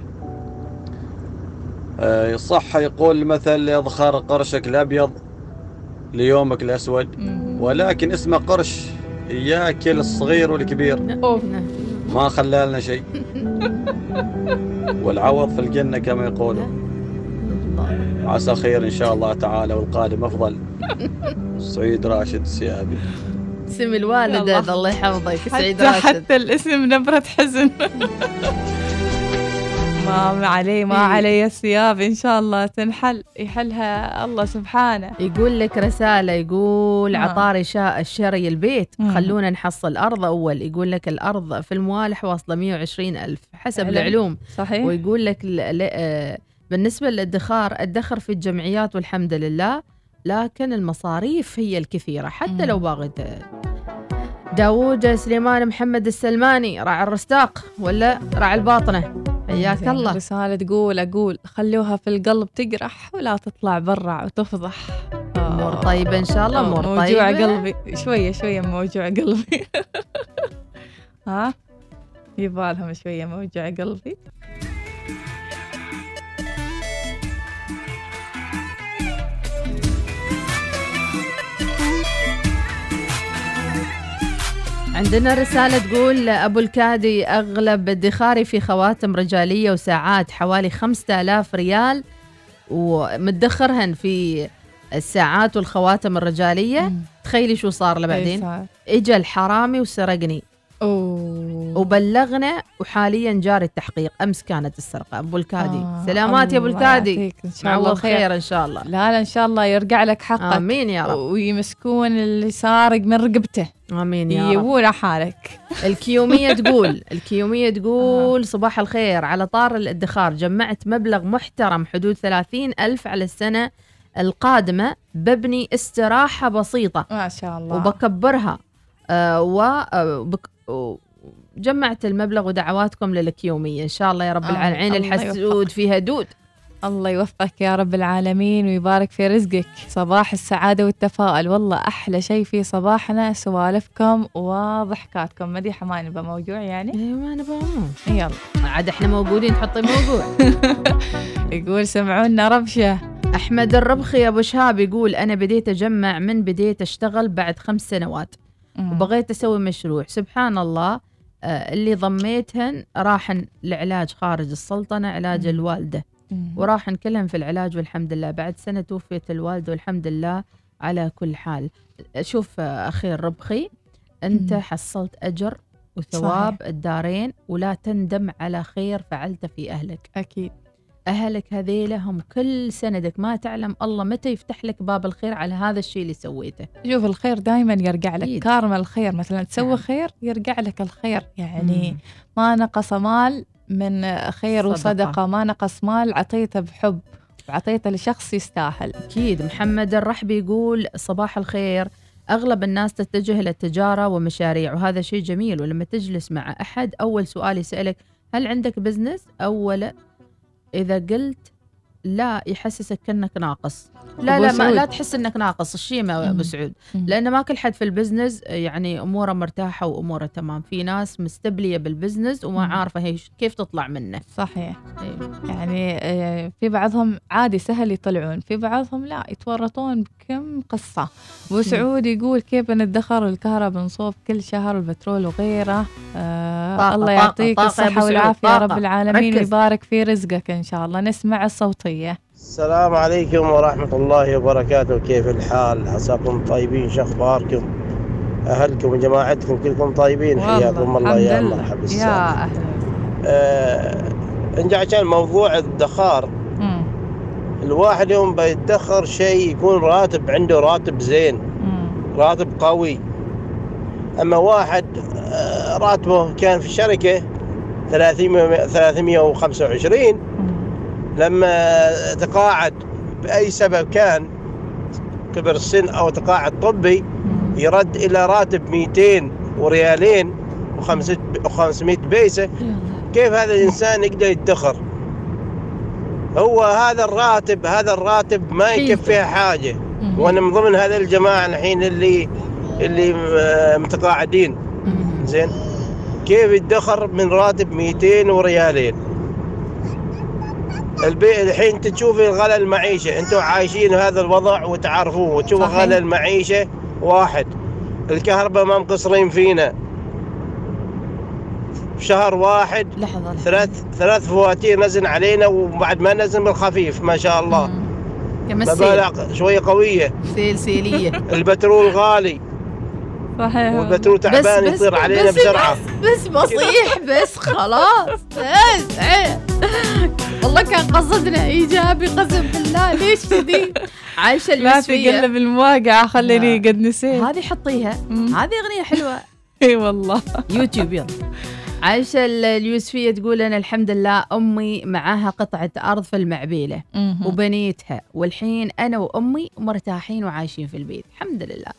صح يقول المثل اضخر قرشك الأبيض ليومك الأسود، ولكن اسمه قرش ياكل الصغير والكبير، ما خلالنا شيء. والعوض في الجنة كما يقولون. عسى خير إن شاء الله تعالى والقادم أفضل. سعيد راشد سيابي. اسم الوالدة الله يحفظك سعيد راشد. حتى الاسم نبرة حزن. ما علي الثياب إن شاء الله تنحل، يحلها الله سبحانه. يقول لك رسالة، يقول عطاري شاء الشري البيت، خلونا نحصل أرض أول. يقول لك الأرض في الموالح واصلة 120,000 حسب العلوم. صحيح. ويقول لك بالنسبة للادخار، ادخر في الجمعيات والحمد لله، لكن المصاريف هي الكثيرة حتى لو باغي. داوود سليمان محمد السلماني، راعي الرستاق ولا راعي الباطنة؟ حياك الله. رسالة تقول خلوها في القلب تقرح ولا تطلع برا وتفضح. أمور طيبة إن شاء الله، أمور طيبة. موجوع قلبي شوية موجوع قلبي. ها يبالهم شوية موجوع قلبي. عندنا رسالة تقول أبو الكادي، أغلب ادخاري في خواتم رجالية وساعات حوالي 5000 ريال، ومدخرهن في الساعات والخواتم الرجالية. تخيلي شو صار له بعدين، إجا الحرامي وسرقني. وبلغنا وحاليا جاري التحقيق. أمس كانت السرقة. أبو الكادي سلامات يا أبو الكادي، إن شاء الله خير إن شاء الله. لا إن شاء الله يرجع لك حقك. آمين يا رب. ويمسكون اللي سارق من رقبته. آمين يا رب. يجيبون حالك. الكيومية تقول صباح الخير، على طار الادخار جمعت مبلغ محترم حدود 30,000 على السنة القادمة، ببني استراحة بسيطة ما شاء الله وبكبرها. جمعت المبلغ ودعواتكم للكيومية إن شاء الله يا رب العالمين. الحسود فيها دود. الله يوفقك يا رب العالمين ويبارك في رزقك. صباح السعادة والتفاؤل. والله أحلى شيء في صباحنا سوالفكم وضحكاتكم. مديحة ما نبقى موجوع يعني؟ ما نبقى يلا عاد احنا موجودين تحطي موجوع. يقول سمعونا ربشة. أحمد الربخي أبو شهاب يقول أنا بديت أجمع من بديت أشتغل بعد 5 سنوات وبغيت أسوي مشروع. سبحان الله، اللي ضميتهن راحن لعلاج خارج السلطنة، علاج الوالدة، وراحن كلهم في العلاج والحمد لله. بعد سنة توفيت الوالدة والحمد لله على كل حال. شوف أخي الربخي، أنت حصلت أجر وثواب صحيح. الدارين، ولا تندم على خير فعلته في أهلك. أكيد أهلك هذيله هم كل سندك، ما تعلم الله متى يفتح لك باب الخير على هذا الشيء اللي سويته. شوف الخير دائما يرجع لك. كارما الخير مثلا تسوي خير يرجع لك الخير يعني. ما نقص مال من خير وصدقة، ما نقص مال عطيته بحب وعطيته لشخص يستاهل. أكيد. محمد الرحبي يقول صباح الخير، أغلب الناس تتجه إلى التجارة ومشاريع وهذا شيء جميل، ولما تجلس مع أحد أول سؤال يسألك هل عندك بزنس أول؟ إذا قلت لا يحسسك كأنك ناقص. لا تحس أنك ناقص الشيمة أبو سعود، لأن ما كل حد في البزنس يعني أموره مرتاحة وأموره تمام. في ناس مستبلية بالبزنس وما عارفة هي كيف تطلع منه. صحيح. يعني في بعضهم عادي سهل يطلعون، في بعضهم لا يتورطون بكم قصة. أبو سعود يقول كيف ندخر الكهرباء نصوب كل شهر البترول وغيره. الله يعطيك الصحة والعافية يا رب العالمين ويبارك في رزقك إن شاء الله. نسمع الصوتية. السلام عليكم ورحمة الله وبركاته، كيف الحال؟ عساكم طيبين، شو أخباركم؟ أهلكم وجماعتكم كلكم طيبين؟ حياكم الله يا مرحبا يا أهلا. نجي عشان موضوع الادخار. الواحد يوم بيدخر شيء يكون راتب عنده راتب زين، راتب قوي. أما واحد راتبه كان في الشركة 325، لما تقاعد بأي سبب كان، كبر السن أو تقاعد طبي، يرد إلى راتب 200 وريالين و500 بيسة. كيف هذا الإنسان يقدر يدخر؟ هو هذا الراتب ما يكفيها حاجة. وأنا من ضمن هذا الجماعة الحين اللي متقاعدين. زين، كيف يدخر من راتب 200 وريالين؟ الحين تشوفي غلاء المعيشة، انتم عايشين هذا الوضع وتعرفوه، وتشوفوا غلاء المعيشة. واحد، الكهرباء ما مقصرين فينا، في شهر واحد ثلاث فواتير نزل علينا، وبعد ما نزل بالخفيف ما شاء الله، مبالغ شوية قوية سيلية. البترول غالي صحيح، والبترول تعبان يطير علينا بسرعة. بس بصيح بس خلاص. بس والله كان قصدنا ايجابي قسم بالله. ليش كذي؟ عايشه اليوسفيه. لا تقلب المواقع خليني قد نسيت. هذه حطيها، هذه اغنيه حلوه. اي والله. يوتيوب يلا. عايشه اليوسفيه تقول انا الحمد لله امي معاها قطعه ارض في المعبيله وبنيتها، والحين انا وامي مرتاحين وعايشين في البيت الحمد لله.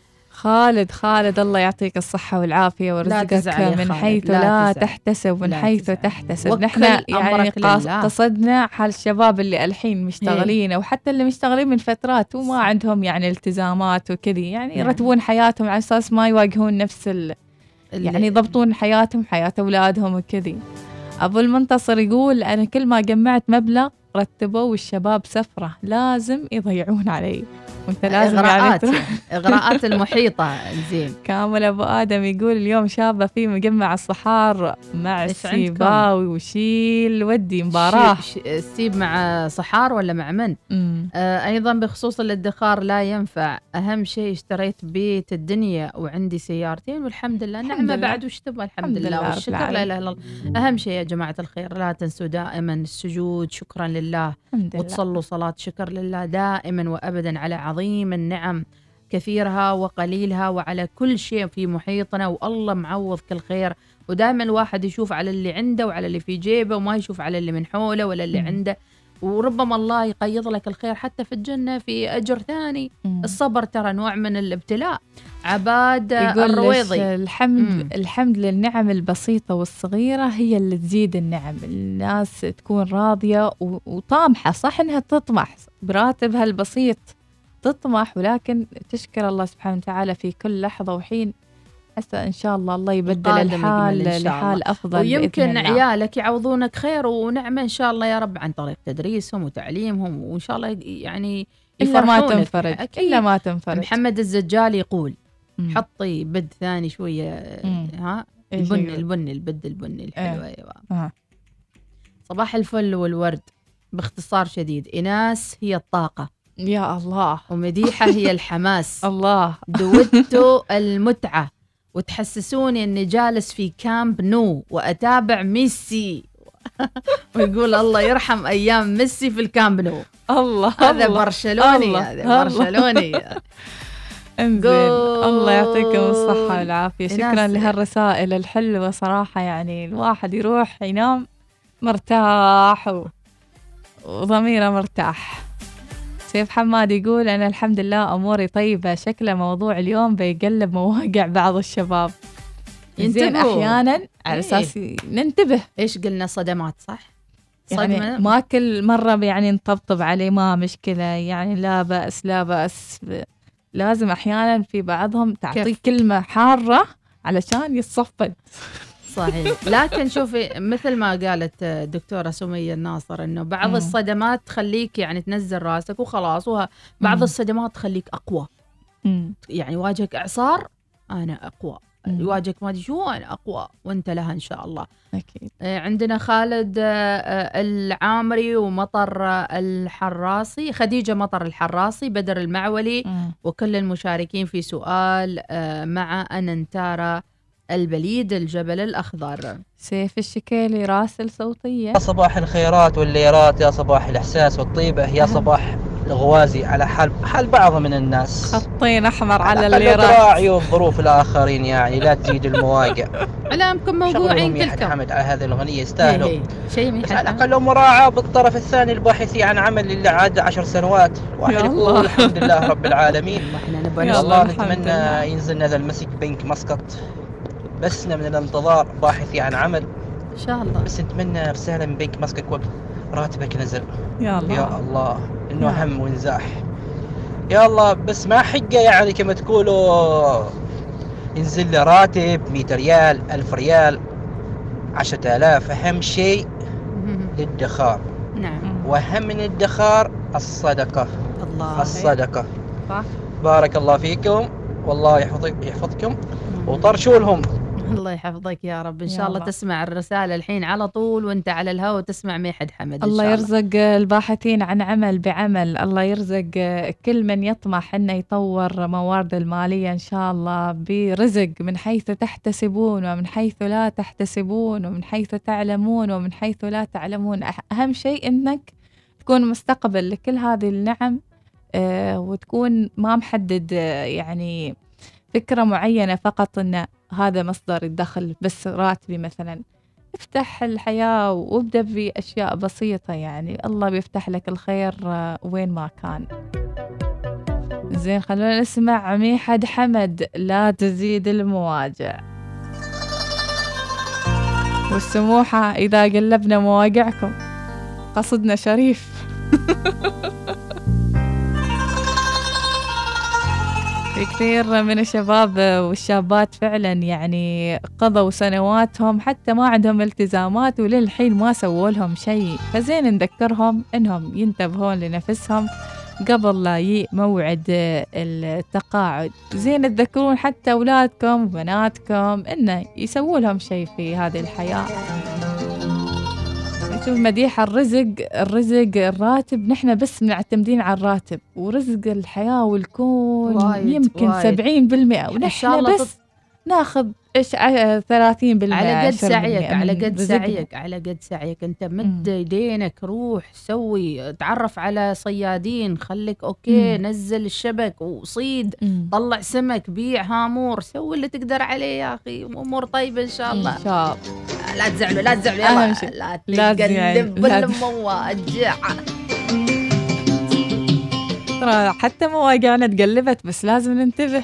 خالد الله يعطيك الصحة والعافية ويرزقك من حيث لا تحتسب ومن حيث تحتسب. نحن يعني قصدنا حال الشباب اللي الحين مشتغلين أو حتى اللي مشتغلين من فترات وما عندهم يعني التزامات وكذي، يعني يرتبون حياتهم على أساس ما يواجهون نفس يعني يضبطون حياتهم حياة أولادهم وكذي. أبو المنتصر يقول أنا كل ما جمعت مبلغ رتبوا الشباب سفرة لازم يضيعون علي، وانت لازم إغراءات يعني إغراءات المحيطة. زين. كامل أبو آدم يقول اليوم شابة في مجمع الصحار مع السيباوي وشيل ودي مباراة. سيب مع صحار ولا مع من؟ أيضا بخصوص الادخار لا ينفع، أهم شيء اشتريت بيت الدنيا وعندي سيارتين والحمد لله. نعمة بعد وش تبغى؟ الحمد لله والشكر لا إله إلا الله. أهم شيء يا جماعة الخير لا تنسوا دائما السجود شكرا لله، وتصلوا صلاة شكر لله دائما وأبدا على عظيم النعم كثيرها وقليلها وعلى كل شيء في محيطنا، والله معوض كل خير. ودائما الواحد يشوف على اللي عنده وعلى اللي في جيبه وما يشوف على اللي من حوله ولا اللي عنده، وربما الله يقيض لك الخير حتى في الجنة في أجر ثاني. الصبر ترى نوع من الابتلاء. عباد الرويضي الحمد للنعم البسيطة والصغيرة هي اللي تزيد النعم. الناس تكون راضية وطامحة، صح إنها تطمح براتبها البسيط تطمح، ولكن تشكر الله سبحانه وتعالى في كل لحظة وحين. عسى إن شاء الله يبدل الحال لحال أفضل، ويمكن عيالك يعوضونك خير ونعمة إن شاء الله يا رب عن طريق تدريسهم وتعليمهم، وإن شاء الله يعني إلا ما تنفرج. إلا ما تنفرج. محمد الزجال يقول حطي بد ثاني شوية ها البني الحلوة. أيوة. صباح الفل والورد. باختصار شديد إناس هي الطاقة يا الله، ومديحة هي الحماس. الله. دوتو المتعة، وتحسسوني أني جالس في كامب نو وأتابع ميسي. ويقول الله يرحم أيام ميسي في الكامب نو. الله. هذا برشلوني. هذا برشلوني. الله يعطيكم الصحة والعافية. شكرا لهالرسائل الحلوة صراحة، يعني الواحد يروح ينام مرتاح وضميره مرتاح. سيف حماد يقول أنا الحمد لله أموري طيبة، شكله موضوع اليوم بيقلب مواقع بعض الشباب. زين أحيانا على أساس ننتبه. إيش قلنا؟ صدمات صح؟ يعني ما كل مرة يعني نطبطب عليه ما مشكلة، يعني لا بأس. لازم أحيانا في بعضهم تعطيه كلمة حارة علشان يتصفد. صحيح. لكن شوفي مثل ما قالت دكتورة سمية الناصر إنه بعض الصدمات تخليك يعني تنزل راسك وخلاص، بعض الصدمات تخليك أقوى. يعني واجهك إعصار أنا أقوى، يواجهك ما أدري شو أنا أقوى، وأنت لها إن شاء الله. أكيد. عندنا خالد العامري ومطر الحراسي، خديجة مطر الحراسي، بدر المعولي وكل المشاركين في سؤال مع أننتارا البليد الجبل الأخضر. سيف الشكيلي راسل صوتية. يا صباح الخيرات والليرات، يا صباح الإحساس والطيبة، يا صباح الغوازي على حال بعض من الناس. خطين أحمر على الليرات. تراعيوا ظروف الآخرين، يعني لا تزيد المواقع. علامكم موضوعين كلكم. حمد على هذه الأغنية يستاهلوا شيء على الأقل مراعاة بالطرف الثاني الباحثي عن عمل اللي عاد 10 سنوات. واحد يقول الحمد لله رب العالمين. والله نتمنى ينزلنا ذا المسك بنك مسقط، بسنا من الانتظار باحثي عن عمل إن شاء الله. بس نتمنى رسالة من بنك مسقط وقت راتبك نزل. يا الله يا الله إنه هم ونزاح. يا الله بس ما حقه يعني كما تقولوا ينزل لي راتب 100 ريال 1000 ريال 10,000. أهم شيء الادخار. نعم. وأهم من الادخار الصدقة. الله. الصدقة. صح. بارك الله فيكم والله يحفظكم وطرشوا لهم الله يحفظك يا رب. إن شاء الله تسمع الرسالة الحين على طول وانت على الهواء تسمع ميحد حمد. الله يرزق الباحثين عن عمل بعمل، الله يرزق كل من يطمح أنه يطور موارد المالية إن شاء الله برزق من حيث تحتسبون ومن حيث لا تحتسبون ومن حيث تعلمون ومن حيث لا تعلمون. أهم شيء أنك تكون مستقبل لكل هذه النعم، وتكون ما محدد يعني فكرة معينة فقط أن هذا مصدر الدخل بس راتبي مثلا. افتح الحياة وابدأ بأشياء بسيطة، يعني الله بيفتح لك الخير وين ما كان. زين، خلونا نسمع ميحد حمد لا تزيد المواجع. والسموحة إذا قلبنا مواقعكم قصدنا شريف. كثير من الشباب والشابات فعلا يعني قضوا سنواتهم حتى ما عندهم التزامات وللحين ما سووا لهم شيء، فزين نذكرهم انهم ينتبهون لنفسهم قبل لا يجي موعد التقاعد. زين تذكرون حتى أولادكم وبناتكم إنه يسووا لهم شيء في هذه الحياة. شوف مديحة، الرزق الراتب نحن بس معتمدين على الراتب، ورزق الحياة والكون يمكن 70% ونحن بس ناخذ 30%. على قد سعيك، على قد سعيك، على قد سعيك. انت مد يدينك، روح سوي، تعرف على صيادين، خليك اوكي، نزل الشبك وصيد، طلع سمك، بيع هامور، سوي اللي تقدر عليه يا اخي، امور طيبه ان شاء الله. ان شاء الله. لا تزعلوا، لا تزعلوا، يلا لا تقلب بالمواجع. ترى حتى مواجعنا تقلبت بس لازم ننتبه.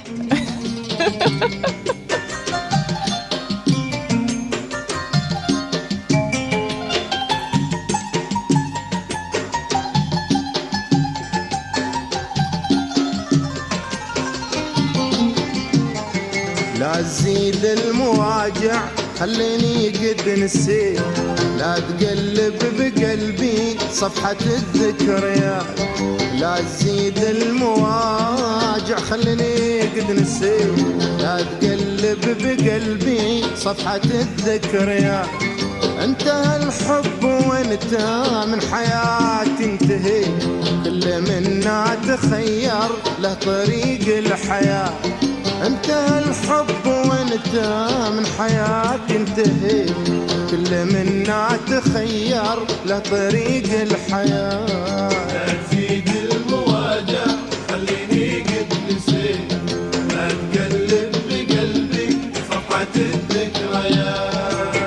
لا تزيد المواجع خليني قد نسيت، لا تقلب بقلبي صفحة الذكريات. لا تزيد المواجع خليني قد نسيت، لا تقلب بقلبي صفحة الذكريات. انتهى الحب وانت من حياتي انتهيت، كل منا تخير له طريق الحياة. انتهى الحب وانت من حياتي انتهيت، كل منا تخير له طريق الحياة. لا تزيد المواجع خليني قد نسيت، لا تقلب بقلبي صفحة الذكريات.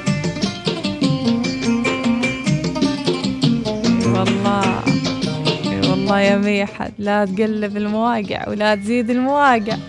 والله يا ميحد، لا تقلب المواقع ولا تزيد المواقع.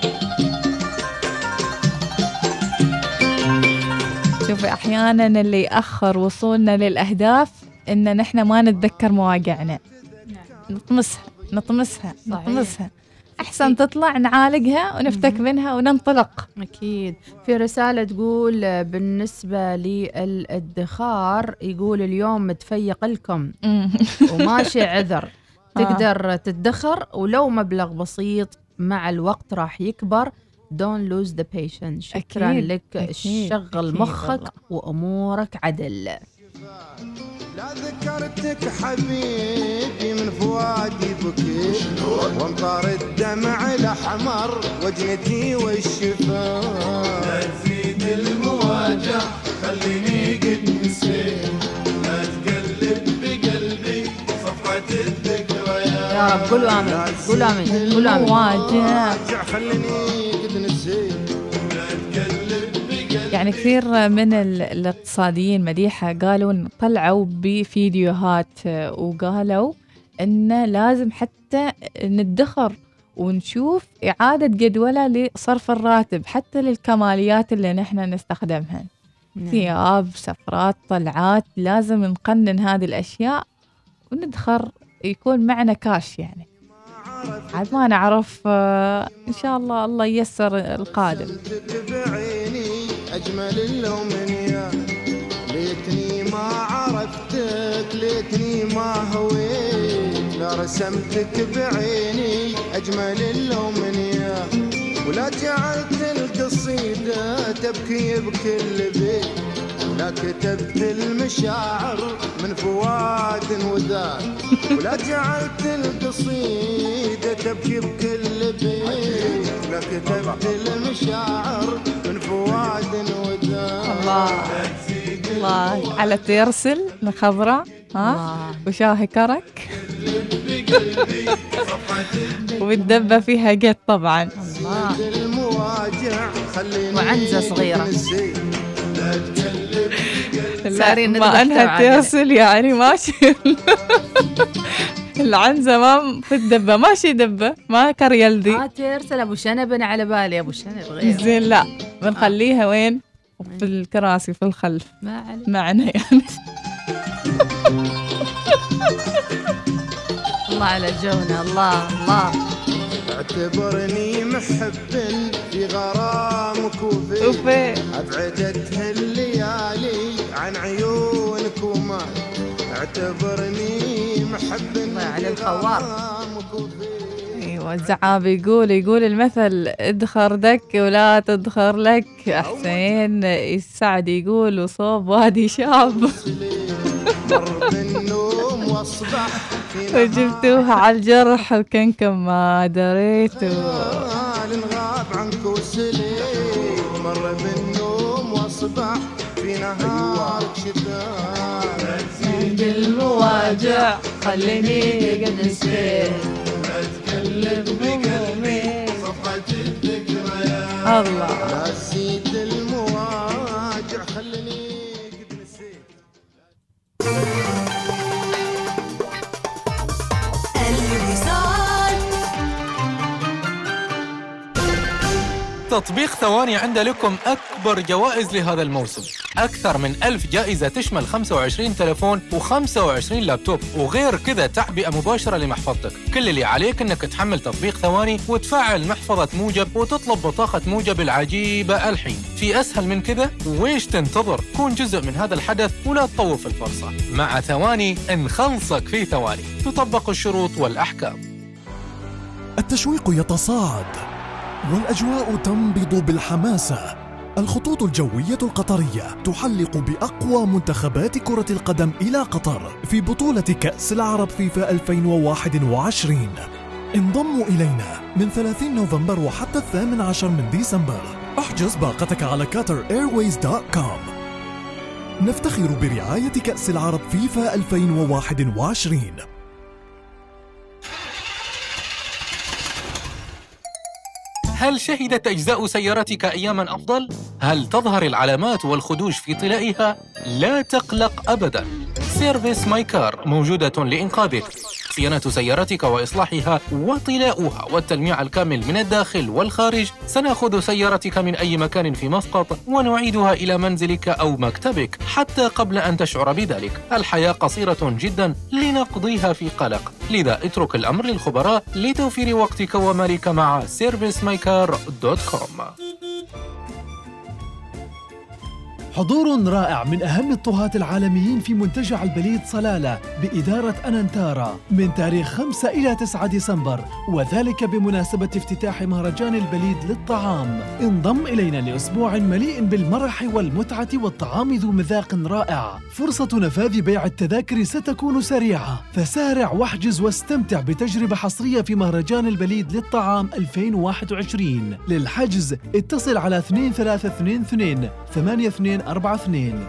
شوفي أحيانا اللي يأخر وصولنا للأهداف إن نحن ما نتذكر مواقعنا، نطمسها. أحسن تطلع نعالجها ونفتك منها وننطلق. أكيد. في رسالة تقول بالنسبة للادخار، يقول اليوم متفيق لكم وماشي عذر، تقدر تدخر ولو مبلغ بسيط، مع الوقت راح يكبر. Don't lose the patience. شكرا أكيد. لك أكيد. شغل أكيد مخك والله. وأمورك عدل. لا ذكرتك حبيبي من فؤادي بكيت، وامطار الدمع الأحمر وجنتي والشفاه. لا تزيد المواجع خليني قد نسيت، لا تقلب بقلبي صفحة الذكريات. يا رب قولوا آمين، قولوا آمين، قولوا آمين. مواجع خليني قد نسيت، لا تقلب بقلبي. يعني كثير من الاقتصاديين مديحة قالوا طلعوا بفيديوهات وقالوا إن لازم حتى ندخر ونشوف إعادة جدولة لصرف الراتب حتى للكماليات اللي نحن نستخدمها، ثياب، سفرات، طلعات، لازم نقنن هذه الأشياء وندخر، يكون معنا كاش يعني عاد ما نعرف. إن شاء الله الله ييسر القادم. أجمل الأمنيات، ليتني ما عرفتك، ليتني ما هويت، لا رسمتك بعيني أجمل الأمنيات. ولا جعلت القصيدة تبكي بكل بيت، ولا كتبت المشاعر من فؤاد وذات، ولا جعلت القصيدة تبكي بكل بيت، ولا كتبت المشاعر من فؤاد وذات. الله على ترسل الخضراء وشاهي كرك والدبة فيها قط طبعا وعنزة صغيرة. ما أنها ترسل يعني ماشي. العنزة ما في الدبة، ماشي دبة ما كريلدي. ترسل أبو شنب على بالي، أبو شنب غير زين. لا بنخليها وين؟ في الكراسي في الخلف معنا يعني. الله على جونا. الله الله. اعتبرني محب في غرامك وفي أبعدته الليالي عن عيونك وما. اعتبرني محب على الخوار. ايوه الزعاب يقول المثل ادخر دك ولا تدخر لك. حسين السعد يقول وصوب وادي شاب. وجبتوها على الجرح وكنكم ما دريتوا. نغاب عنك وسليم مر بالنوم واصبح في نهارك شتاء. بالمواجع خليني قد نسيت اتكلم بهمومي صفحة الذكريات. الله نسيت المواجع خليني قد نسيت. تطبيق ثواني عنده لكم أكبر جوائز لهذا الموسم. أكثر من 1000 جائزة تشمل 25 تلفون و25 لابتوب، وغير كذا تعبئة مباشرة لمحفظتك. كل اللي عليك أنك تحمل تطبيق ثواني وتفعل محفظة موجب وتطلب بطاقة موجب العجيبة الحين. في أسهل من كذا؟ ويش تنتظر؟ كون جزء من هذا الحدث ولا تطوف الفرصة. مع ثواني نخلصك في ثواني. تطبق الشروط والأحكام. التشويق يتصاعد والأجواء تنبض بالحماسة. الخطوط الجوية القطرية تحلق بأقوى منتخبات كرة القدم إلى قطر في بطولة كأس العرب فيفا 2021. انضموا إلينا من 30 نوفمبر وحتى 18 من ديسمبر. احجز باقتك على qatarairways.com. نفتخر برعاية كأس العرب فيفا 2021. هل شهدت أجزاء سيارتك أياماً أفضل؟ هل تظهر العلامات والخدوش في طلائها؟ لا تقلق أبداً. سيرفيس ماي كار موجودة لإنقاذك. صيانة سيارتك وإصلاحها وطلاؤها والتلميع الكامل من الداخل والخارج. سنأخذ سيارتك من أي مكان في مسقط ونعيدها إلى منزلك أو مكتبك حتى قبل أن تشعر بذلك. الحياة قصيرة جداً لنقضيها في قلق، لذا اترك الأمر للخبراء لتوفير وقتك ومالك مع servicemycar.com. حضور رائع من أهم الطهاة العالميين في منتجع البليد صلالة بإدارة أنانتارا من تاريخ 5 إلى 9 ديسمبر، وذلك بمناسبة افتتاح مهرجان البليد للطعام. انضم إلينا لأسبوع مليء بالمرح والمتعة والطعام ذو مذاق رائع. فرصة نفاذ بيع التذاكر ستكون سريعة، فسارع واحجز واستمتع بتجربة حصرية في مهرجان البليد للطعام 2021. للحجز اتصل على 2322 8242.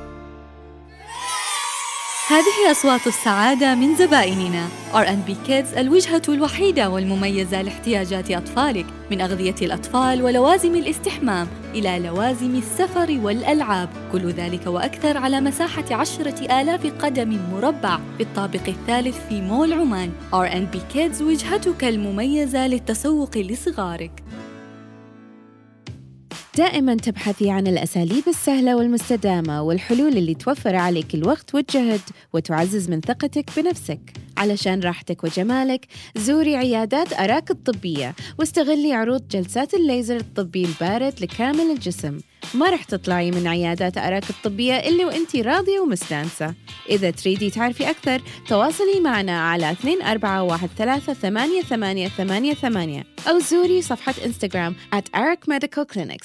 هذه أصوات السعادة من زبائننا. R&B Kids الوجهة الوحيدة والمميزة لاحتياجات أطفالك، من أغذية الأطفال ولوازم الاستحمام إلى لوازم السفر والألعاب، كل ذلك وأكثر على مساحة 10,000 قدم مربع بالطابق الثالث في مول عمان. R&B Kids وجهتك المميزة للتسوق لصغارك. دائما تبحثي عن الأساليب السهلة والمستدامة والحلول اللي توفر عليك الوقت والجهد وتعزز من ثقتك بنفسك. علشان راحتك وجمالك زوري عيادات أراك الطبية واستغلي عروض جلسات الليزر الطبي البارد لكامل الجسم. ما رح تطلعي من عيادات أراك الطبية إلا وإنتي راضية ومستانسة. إذا تريدي تعرفي أكثر تواصلي معنا على 24138888 أو زوري صفحة إنستغرام @ArakMedicalClinics.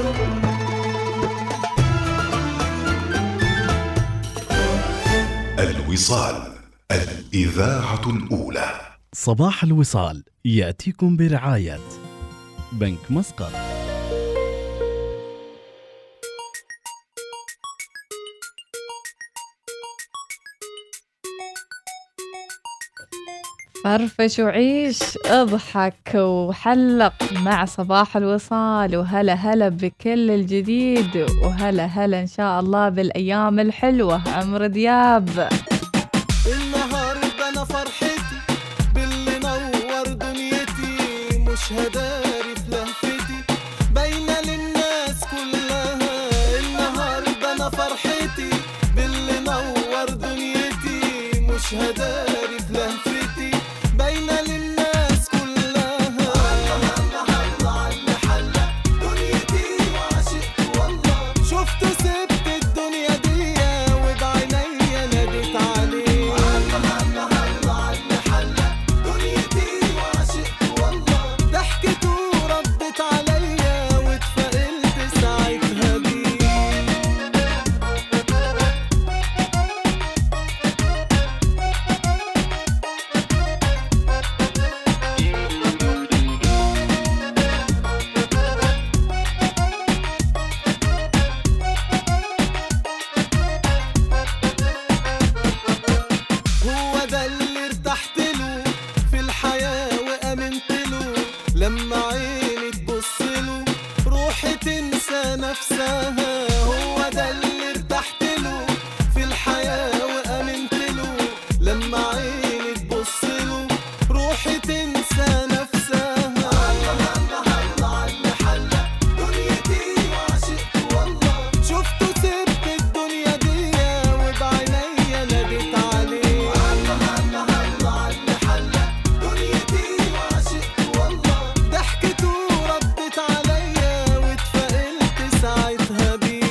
الوصال، الإذاعة الأولى. صباح الوصال يأتيكم برعاية بنك مسقط. فرفش وعيش، اضحك وحلق مع صباح الوصال، وهلا هلا بكل الجديد، وهلا هلا إن شاء الله بالأيام الحلوة. عمرو دياب. النهاردة أنا فرحتي باللي نور دنيتي، مش هداري في لهفتي باينة للناس كلها. النهاردة أنا فرحتي باللي نور دنيتي، مش هداري في لهفتي باينة للناس كلها. الله حلة دنيتي وعشقت والله، شفته سبت الدنيا دي وبعينيا ناديت عليه. الله حلة دنيتي وعشقت والله، ضحكته ردت عليا واتفائلت ساعتها بيه. هو ده اللي ارتحت له في الحياة وأمنت له، لما عيني تبص له روحي تنسى نفسها. هو ده اللي ارتحت له في الحياة وأمنت له، لما عيني تبص له روحي تنسى نفسها. الله حلة دنيتي وعشقت والله، شفته سبت الدنيا دي وبعينيا ناديت عليه. الله حلة دنيتي وعشقت والله، ضحكته ردت عليا واتفائلت ساعتها بيه.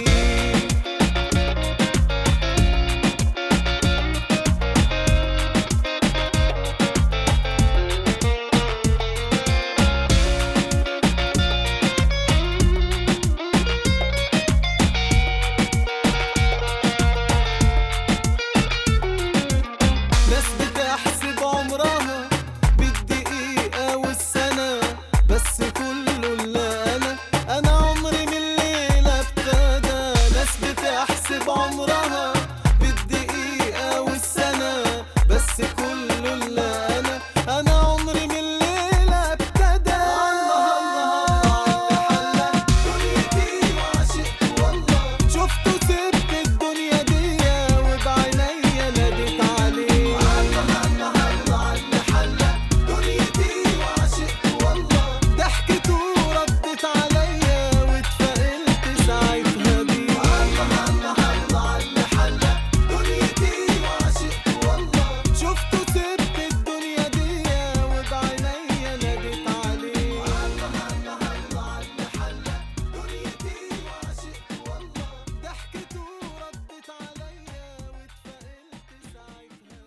ناس بتحسب عمرها بالدقيقة والسنة، بس كله اللي أنا عمري من الليلة ابتدى. ناس بتحسب عمرها بالدقيقة والسنة، بس كله اللي أنا عمري من الليلة ابتدى. الله حلة دنيتي وعشقت والله، شفته سبت الدنيا دي وبعينيا ناديت عليه. الله حلة دنيتي وعشقت والله، ضحكته ردت عليا واتفائلت ساعتها بيه. الله حلة دنيتي وعشقت والله، شفته سبت الدنيا دي وبعينيا ناديت عليه. الله حلة دنيتي وعشقت والله، ضحكته ردت عليا واتفائلت ساعتها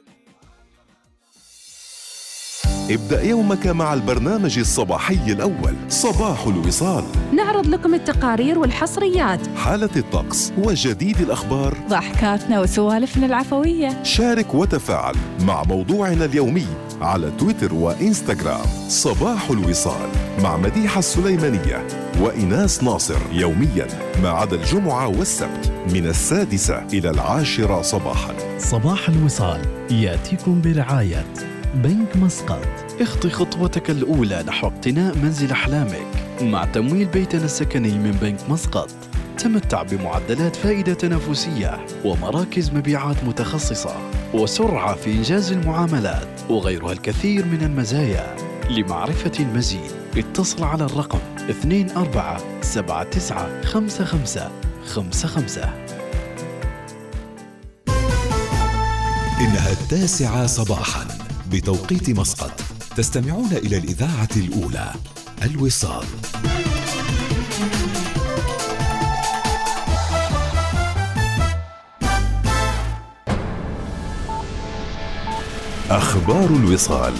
بيه. ابدأ يومك مع البرنامج الصباحي الأول، صباح الوصال. نعرض لكم التقارير والحصريات، حالة الطقس وجديد الأخبار، ضحكاتنا وسوالفنا العفوية. شارك وتفاعل مع موضوعنا اليومي على تويتر وإنستغرام. صباح الوصال مع مديحة السليمانية وإناس ناصر، يوميا ما عدا الجمعة والسبت من 6 إلى 10 صباحا. صباح الوصال يأتيكم برعاية بنك مسقط. اخطي خطوتك الأولى نحو اقتناء منزل أحلامك مع تمويل بيتنا السكني من بنك مسقط. تمتع بمعدلات فائدة تنافسية ومراكز مبيعات متخصصة وسرعة في إنجاز المعاملات وغيرها الكثير من المزايا. لمعرفة المزيد اتصل على الرقم 24795555. إنها 9 صباحا بتوقيت مسقط. تستمعون إلى الإذاعة الأولى الوصال. أخبار الوصال.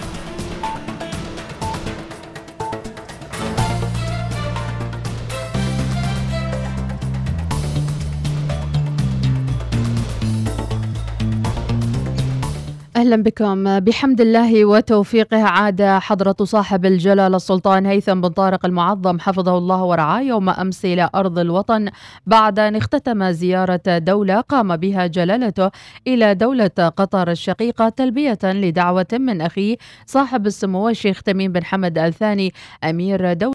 أهلا بكم. بحمد الله وتوفيقه عاد حضرة صاحب الجلالة السلطان هيثم بن طارق المعظم حفظه الله ورعاه يوم أمس إلى أرض الوطن بعد أن اختتم زيارة دولة قام بها جلالته إلى دولة قطر الشقيقة تلبية لدعوة من أخيه صاحب السمو الشيخ تميم بن حمد آل ثاني أمير دولة